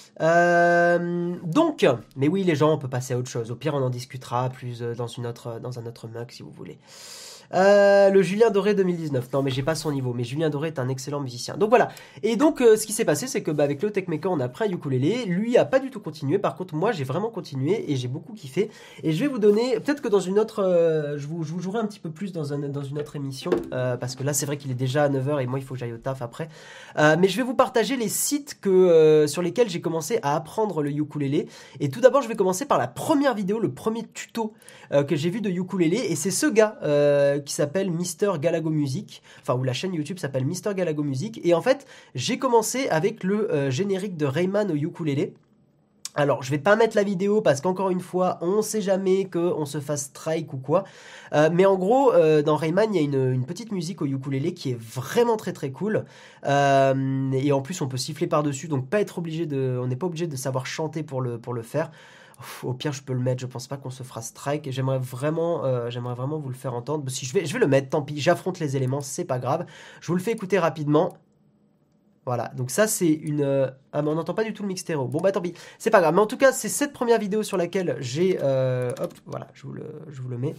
Speaker 1: Euh, donc, mais oui, les gens, on peut passer à autre chose. Au pire, on en discutera plus euh, dans une autre, dans un autre mug si vous voulez. Euh, le Julien Doré deux mille dix-neuf. Non, mais j'ai pas son niveau. Mais Julien Doré est un excellent musicien. Donc voilà. Et donc, euh, ce qui s'est passé, c'est que bah, avec le Techmaker, on a pris un ukulélé. Lui a pas du tout continué. Par contre, moi, j'ai vraiment continué et j'ai beaucoup kiffé. Et je vais vous donner, peut-être que dans une autre, euh, je, vous, je vous jouerai un petit peu plus dans, un, dans une autre émission, euh, parce que là, c'est vrai qu'il est déjà à neuf heures et moi, il faut que j'aille au taf après. Euh, mais je vais vous partager les sites que, euh, sur lesquels j'ai commencé à apprendre le ukulélé. Et tout d'abord, je vais commencer par la première vidéo, le premier tuto euh, que j'ai vu de ukulélé. Et c'est ce gars euh, qui s'appelle Mister Galago Music, enfin où la chaîne YouTube s'appelle Mister Galago Music. Et en fait, j'ai commencé avec le euh, générique de Rayman au ukulélé. Alors, je vais pas mettre la vidéo parce qu'encore une fois, on sait jamais qu'on se fasse strike ou quoi. Euh, mais en gros, euh, dans Rayman, il y a une, une petite musique au ukulélé qui est vraiment très très cool. Euh, et en plus, on peut siffler par-dessus, donc pas être obligé de, on n'est pas obligé de savoir chanter pour le, pour le faire. Au pire, je peux le mettre. Je pense pas qu'on se fera strike. J'aimerais vraiment, euh, j'aimerais vraiment vous le faire entendre. Si je vais, je vais le mettre. Tant pis. J'affronte les éléments. C'est pas grave. Je vous le fais écouter rapidement. Voilà. Donc ça, c'est une. euh, Ah, mais on n'entend pas du tout le mix stéréo. Bon bah tant pis. C'est pas grave. Mais en tout cas, c'est cette première vidéo sur laquelle j'ai. euh, Hop. Voilà. Je vous le, je vous le mets.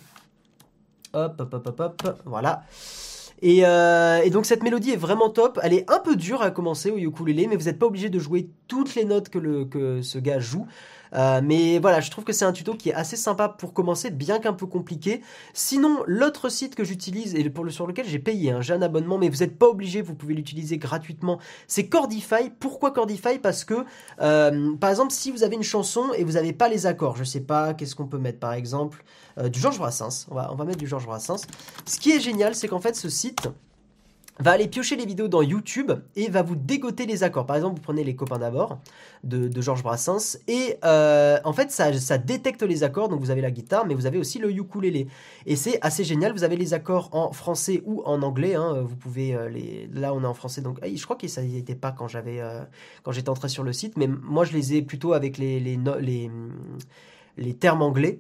Speaker 1: Hop, hop, hop, hop, hop. Voilà. Et, euh, et donc cette mélodie est vraiment top. Elle est un peu dure à commencer au ukulélé, mais vous n'êtes pas obligé de jouer toutes les notes que, le, que ce gars joue. Euh, mais voilà, je trouve que c'est un tuto qui est assez sympa pour commencer, bien qu'un peu compliqué. Sinon, l'autre site que j'utilise et pour le, sur lequel j'ai payé, hein, j'ai un abonnement, mais vous n'êtes pas obligé, vous pouvez l'utiliser gratuitement, c'est Chordify. Pourquoi Chordify? Parce que, euh, par exemple, si vous avez une chanson et vous n'avez pas les accords, je sais pas, qu'est-ce qu'on peut mettre par exemple, euh, du Georges Brassens, on va, on va mettre du Georges Brassens. Ce qui est génial, c'est qu'en fait, ce site va aller piocher les vidéos dans YouTube et va vous dégoter les accords. Par exemple, vous prenez Les Copains d'abord de, de Georges Brassens et euh, en fait, ça, ça détecte les accords. Donc, vous avez la guitare, mais vous avez aussi le ukulélé. Et c'est assez génial. Vous avez les accords en français ou en anglais. Hein. Vous pouvez euh, les. Là, on est en français. Donc, je crois que ça n'y était pas quand j'avais euh, quand j'étais entré sur le site, mais moi, je les ai plutôt avec les les, no... les, les termes anglais.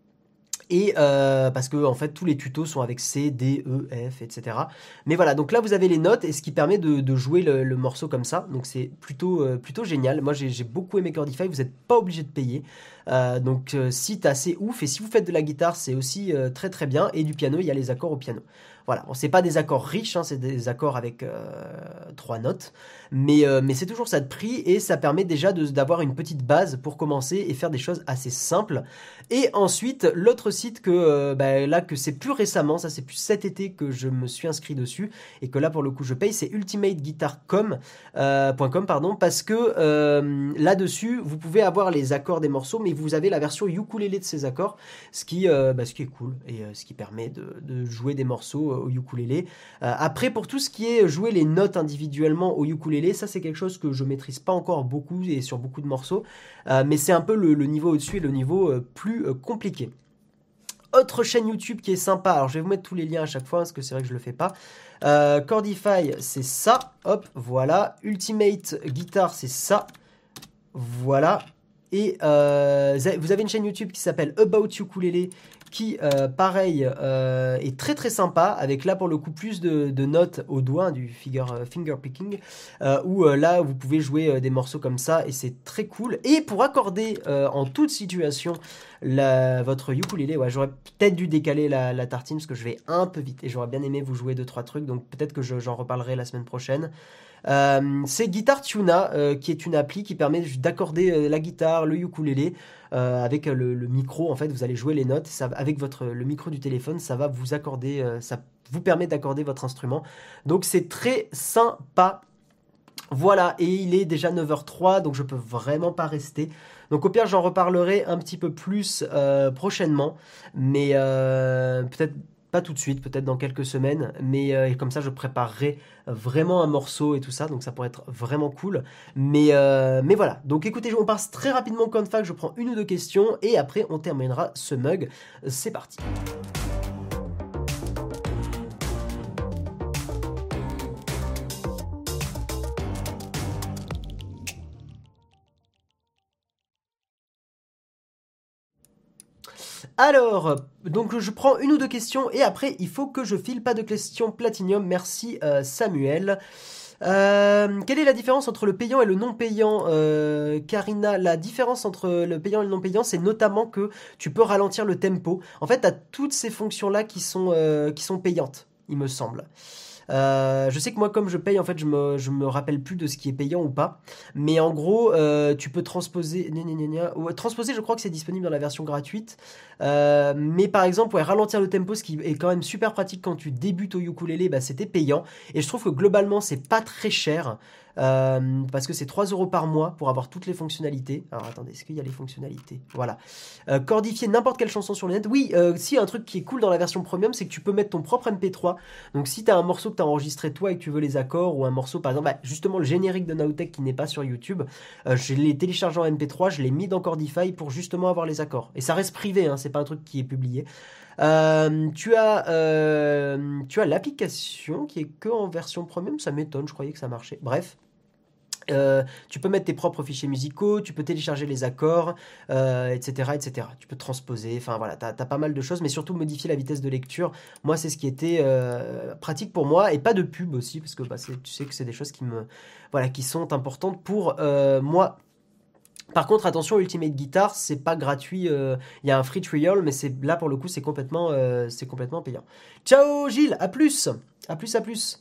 Speaker 1: Et euh, parce que en fait tous les tutos sont avec C, D, E, F, et cetera. Mais voilà, donc là vous avez les notes et ce qui permet de, de jouer le, le morceau comme ça. Donc c'est plutôt euh, plutôt génial. Moi j'ai, j'ai beaucoup aimé Chordify. Vous n'êtes pas obligé de payer. Euh, donc euh, site assez ouf. Et si vous faites de la guitare, c'est aussi euh, très très bien. Et du piano, il y a les accords au piano. Voilà, bon, c'est pas des accords riches, hein, c'est des accords avec euh, trois notes, mais, euh, mais c'est toujours ça de prix et ça permet déjà de, d'avoir une petite base pour commencer et faire des choses assez simples. Et ensuite, l'autre site que euh, bah, là que c'est plus récemment, ça c'est plus cet été que je me suis inscrit dessus et que là pour le coup je paye, c'est ultimate guitar point com euh, .com pardon, parce que euh, là-dessus vous pouvez avoir les accords des morceaux, mais vous avez la version ukulélé de ces accords, ce qui, euh, bah, ce qui est cool et euh, ce qui permet de, de jouer des morceaux au ukulélé. Euh, après, pour tout ce qui est jouer les notes individuellement au ukulélé, ça c'est quelque chose que je maîtrise pas encore beaucoup et sur beaucoup de morceaux, euh, mais c'est un peu le, le niveau au-dessus et le niveau euh, plus euh, compliqué. Autre chaîne YouTube qui est sympa, alors je vais vous mettre tous les liens à chaque fois parce que c'est vrai que je le fais pas. Euh, Chordify, c'est ça, hop, voilà. Ultimate Guitar, c'est ça, voilà. Et euh, vous avez une chaîne YouTube qui s'appelle About Ukulele qui, euh, pareil, euh, est très très sympa, avec là pour le coup plus de, de notes au doigt, du finger, euh, finger picking, euh, où euh, là vous pouvez jouer euh, des morceaux comme ça et c'est très cool. Et pour accorder euh, en toute situation la, votre ukulélé, ouais, j'aurais peut-être dû décaler la, la tartine parce que je vais un peu vite et j'aurais bien aimé vous jouer deux trois trucs, donc peut-être que je, j'en reparlerai la semaine prochaine. Euh, c'est Guitar Tuna euh, qui est une appli qui permet d'accorder euh, la guitare, le ukulélé euh, avec le, le micro. En fait, vous allez jouer les notes ça, avec votre, le micro du téléphone, ça va vous accorder, euh, ça vous permet d'accorder votre instrument. Donc c'est très sympa. Voilà, et il est déjà neuf heures zéro trois, donc je peux vraiment pas rester. Donc au pire, j'en reparlerai un petit peu plus euh, prochainement, mais euh, peut-être pas tout de suite, peut-être dans quelques semaines, mais euh, comme ça, je préparerai vraiment un morceau et tout ça, donc ça pourrait être vraiment cool. Mais, euh, mais voilà, donc écoutez, on passe très rapidement comme fac, je prends une ou deux questions, et après on terminera ce mug. C'est parti. Alors, donc je prends une ou deux questions et après il faut que je file. Pas de questions Platinium, merci euh, Samuel. Euh, quelle est la différence entre le payant et le non payant, euh, Karina? La différence entre le payant et le non payant, c'est notamment que tu peux ralentir le tempo. En fait, tu as toutes ces fonctions-là qui sont, euh, qui sont payantes, il me semble. Euh, je sais que moi, comme je paye, en fait, je me, je me rappelle plus de ce qui est payant ou pas. Mais en gros, euh, tu peux transposer. Gna gna gna gna. Ouais, transposer, je crois que c'est disponible dans la version gratuite. Euh, mais par exemple, ouais, ralentir le tempo, ce qui est quand même super pratique quand tu débutes au ukulélé, bah, c'était payant. Et je trouve que globalement, c'est pas très cher. Euh, parce que c'est trois euros par mois pour avoir toutes les fonctionnalités. Alors attendez, est-ce qu'il y a les fonctionnalités? Voilà. Euh, cordifier n'importe quelle chanson sur le net. Oui, euh, si, un truc qui est cool dans la version premium, c'est que tu peux mettre ton propre M P trois. Donc si tu as un morceau que tu as enregistré toi et que tu veux les accords, ou un morceau, par exemple, bah, justement le générique de Nowtech qui n'est pas sur YouTube, euh, je l'ai téléchargé en M P trois, je l'ai mis dans Cordify pour justement avoir les accords. Et ça reste privé, hein, c'est pas un truc qui est publié. Euh, tu as, euh, tu as l'application qui est que en version premium, ça m'étonne, je croyais que ça marchait. Bref. Euh, tu peux mettre tes propres fichiers musicaux, tu peux télécharger les accords, euh, et cetera, et cetera. Tu peux transposer, enfin voilà, t'as, t'as pas mal de choses, mais surtout modifier la vitesse de lecture. Moi, c'est ce qui était euh, pratique pour moi, et pas de pub aussi, parce que bah, c'est, tu sais que c'est des choses qui me, voilà, qui sont importantes pour euh, moi. Par contre, attention, Ultimate Guitar, c'est pas gratuit. Il euh, y a un free trial, mais c'est là pour le coup, c'est complètement, euh, c'est complètement payant. Ciao Gilles, à plus, à plus, à plus.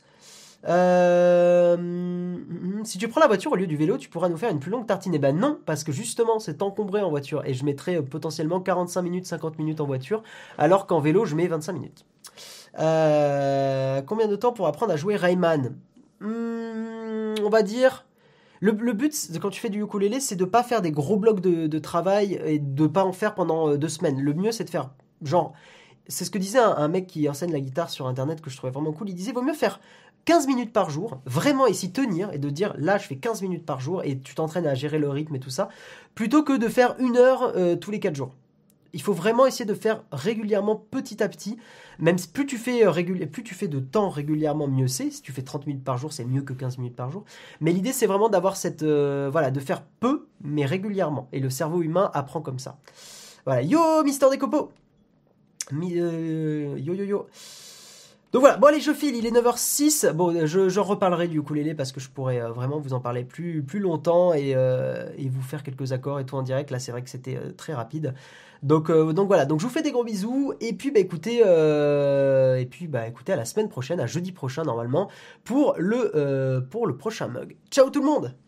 Speaker 1: Euh, si tu prends la voiture au lieu du vélo, tu pourras nous faire une plus longue tartine. Eh ben non, parce que justement, c'est encombré en voiture et je mettrai potentiellement quarante-cinq minutes, cinquante minutes en voiture, alors qu'en vélo, je mets vingt-cinq minutes. Euh, combien de temps pour apprendre à jouer Rayman? hmm, On va dire. Le, le but, quand tu fais du ukulélé, c'est de pas faire des gros blocs de, de travail et de pas en faire pendant euh, deux semaines. Le mieux, c'est de faire genre. C'est ce que disait un, un mec qui enseigne la guitare sur internet que je trouvais vraiment cool. Il disait vaut mieux faire quinze minutes par jour, vraiment et s'y tenir et de dire là je fais quinze minutes par jour et tu t'entraînes à gérer le rythme et tout ça, plutôt que de faire une heure euh, tous les quatre jours. Il faut vraiment essayer de faire régulièrement petit à petit, même si plus tu fais, euh, régul... plus tu fais de temps régulièrement, mieux c'est. Si tu fais trente minutes par jour, c'est mieux que quinze minutes par jour. Mais l'idée c'est vraiment d'avoir cette, euh, voilà, de faire peu mais régulièrement. Et le cerveau humain apprend comme ça. Voilà, yo Mister Decopo. Mi, euh, yo yo yo. Donc voilà, bon allez, je file, il est neuf heures six. Bon, je, je reparlerai du ukulélé parce que je pourrais euh, vraiment vous en parler plus, plus longtemps et, euh, et vous faire quelques accords et tout en direct. Là, c'est vrai que c'était euh, très rapide. Donc, euh, donc voilà, donc je vous fais des gros bisous. Et puis, bah écoutez, euh, et puis, bah, écoutez, à la semaine prochaine, à jeudi prochain normalement, pour le, euh, pour le prochain mug. Ciao tout le monde!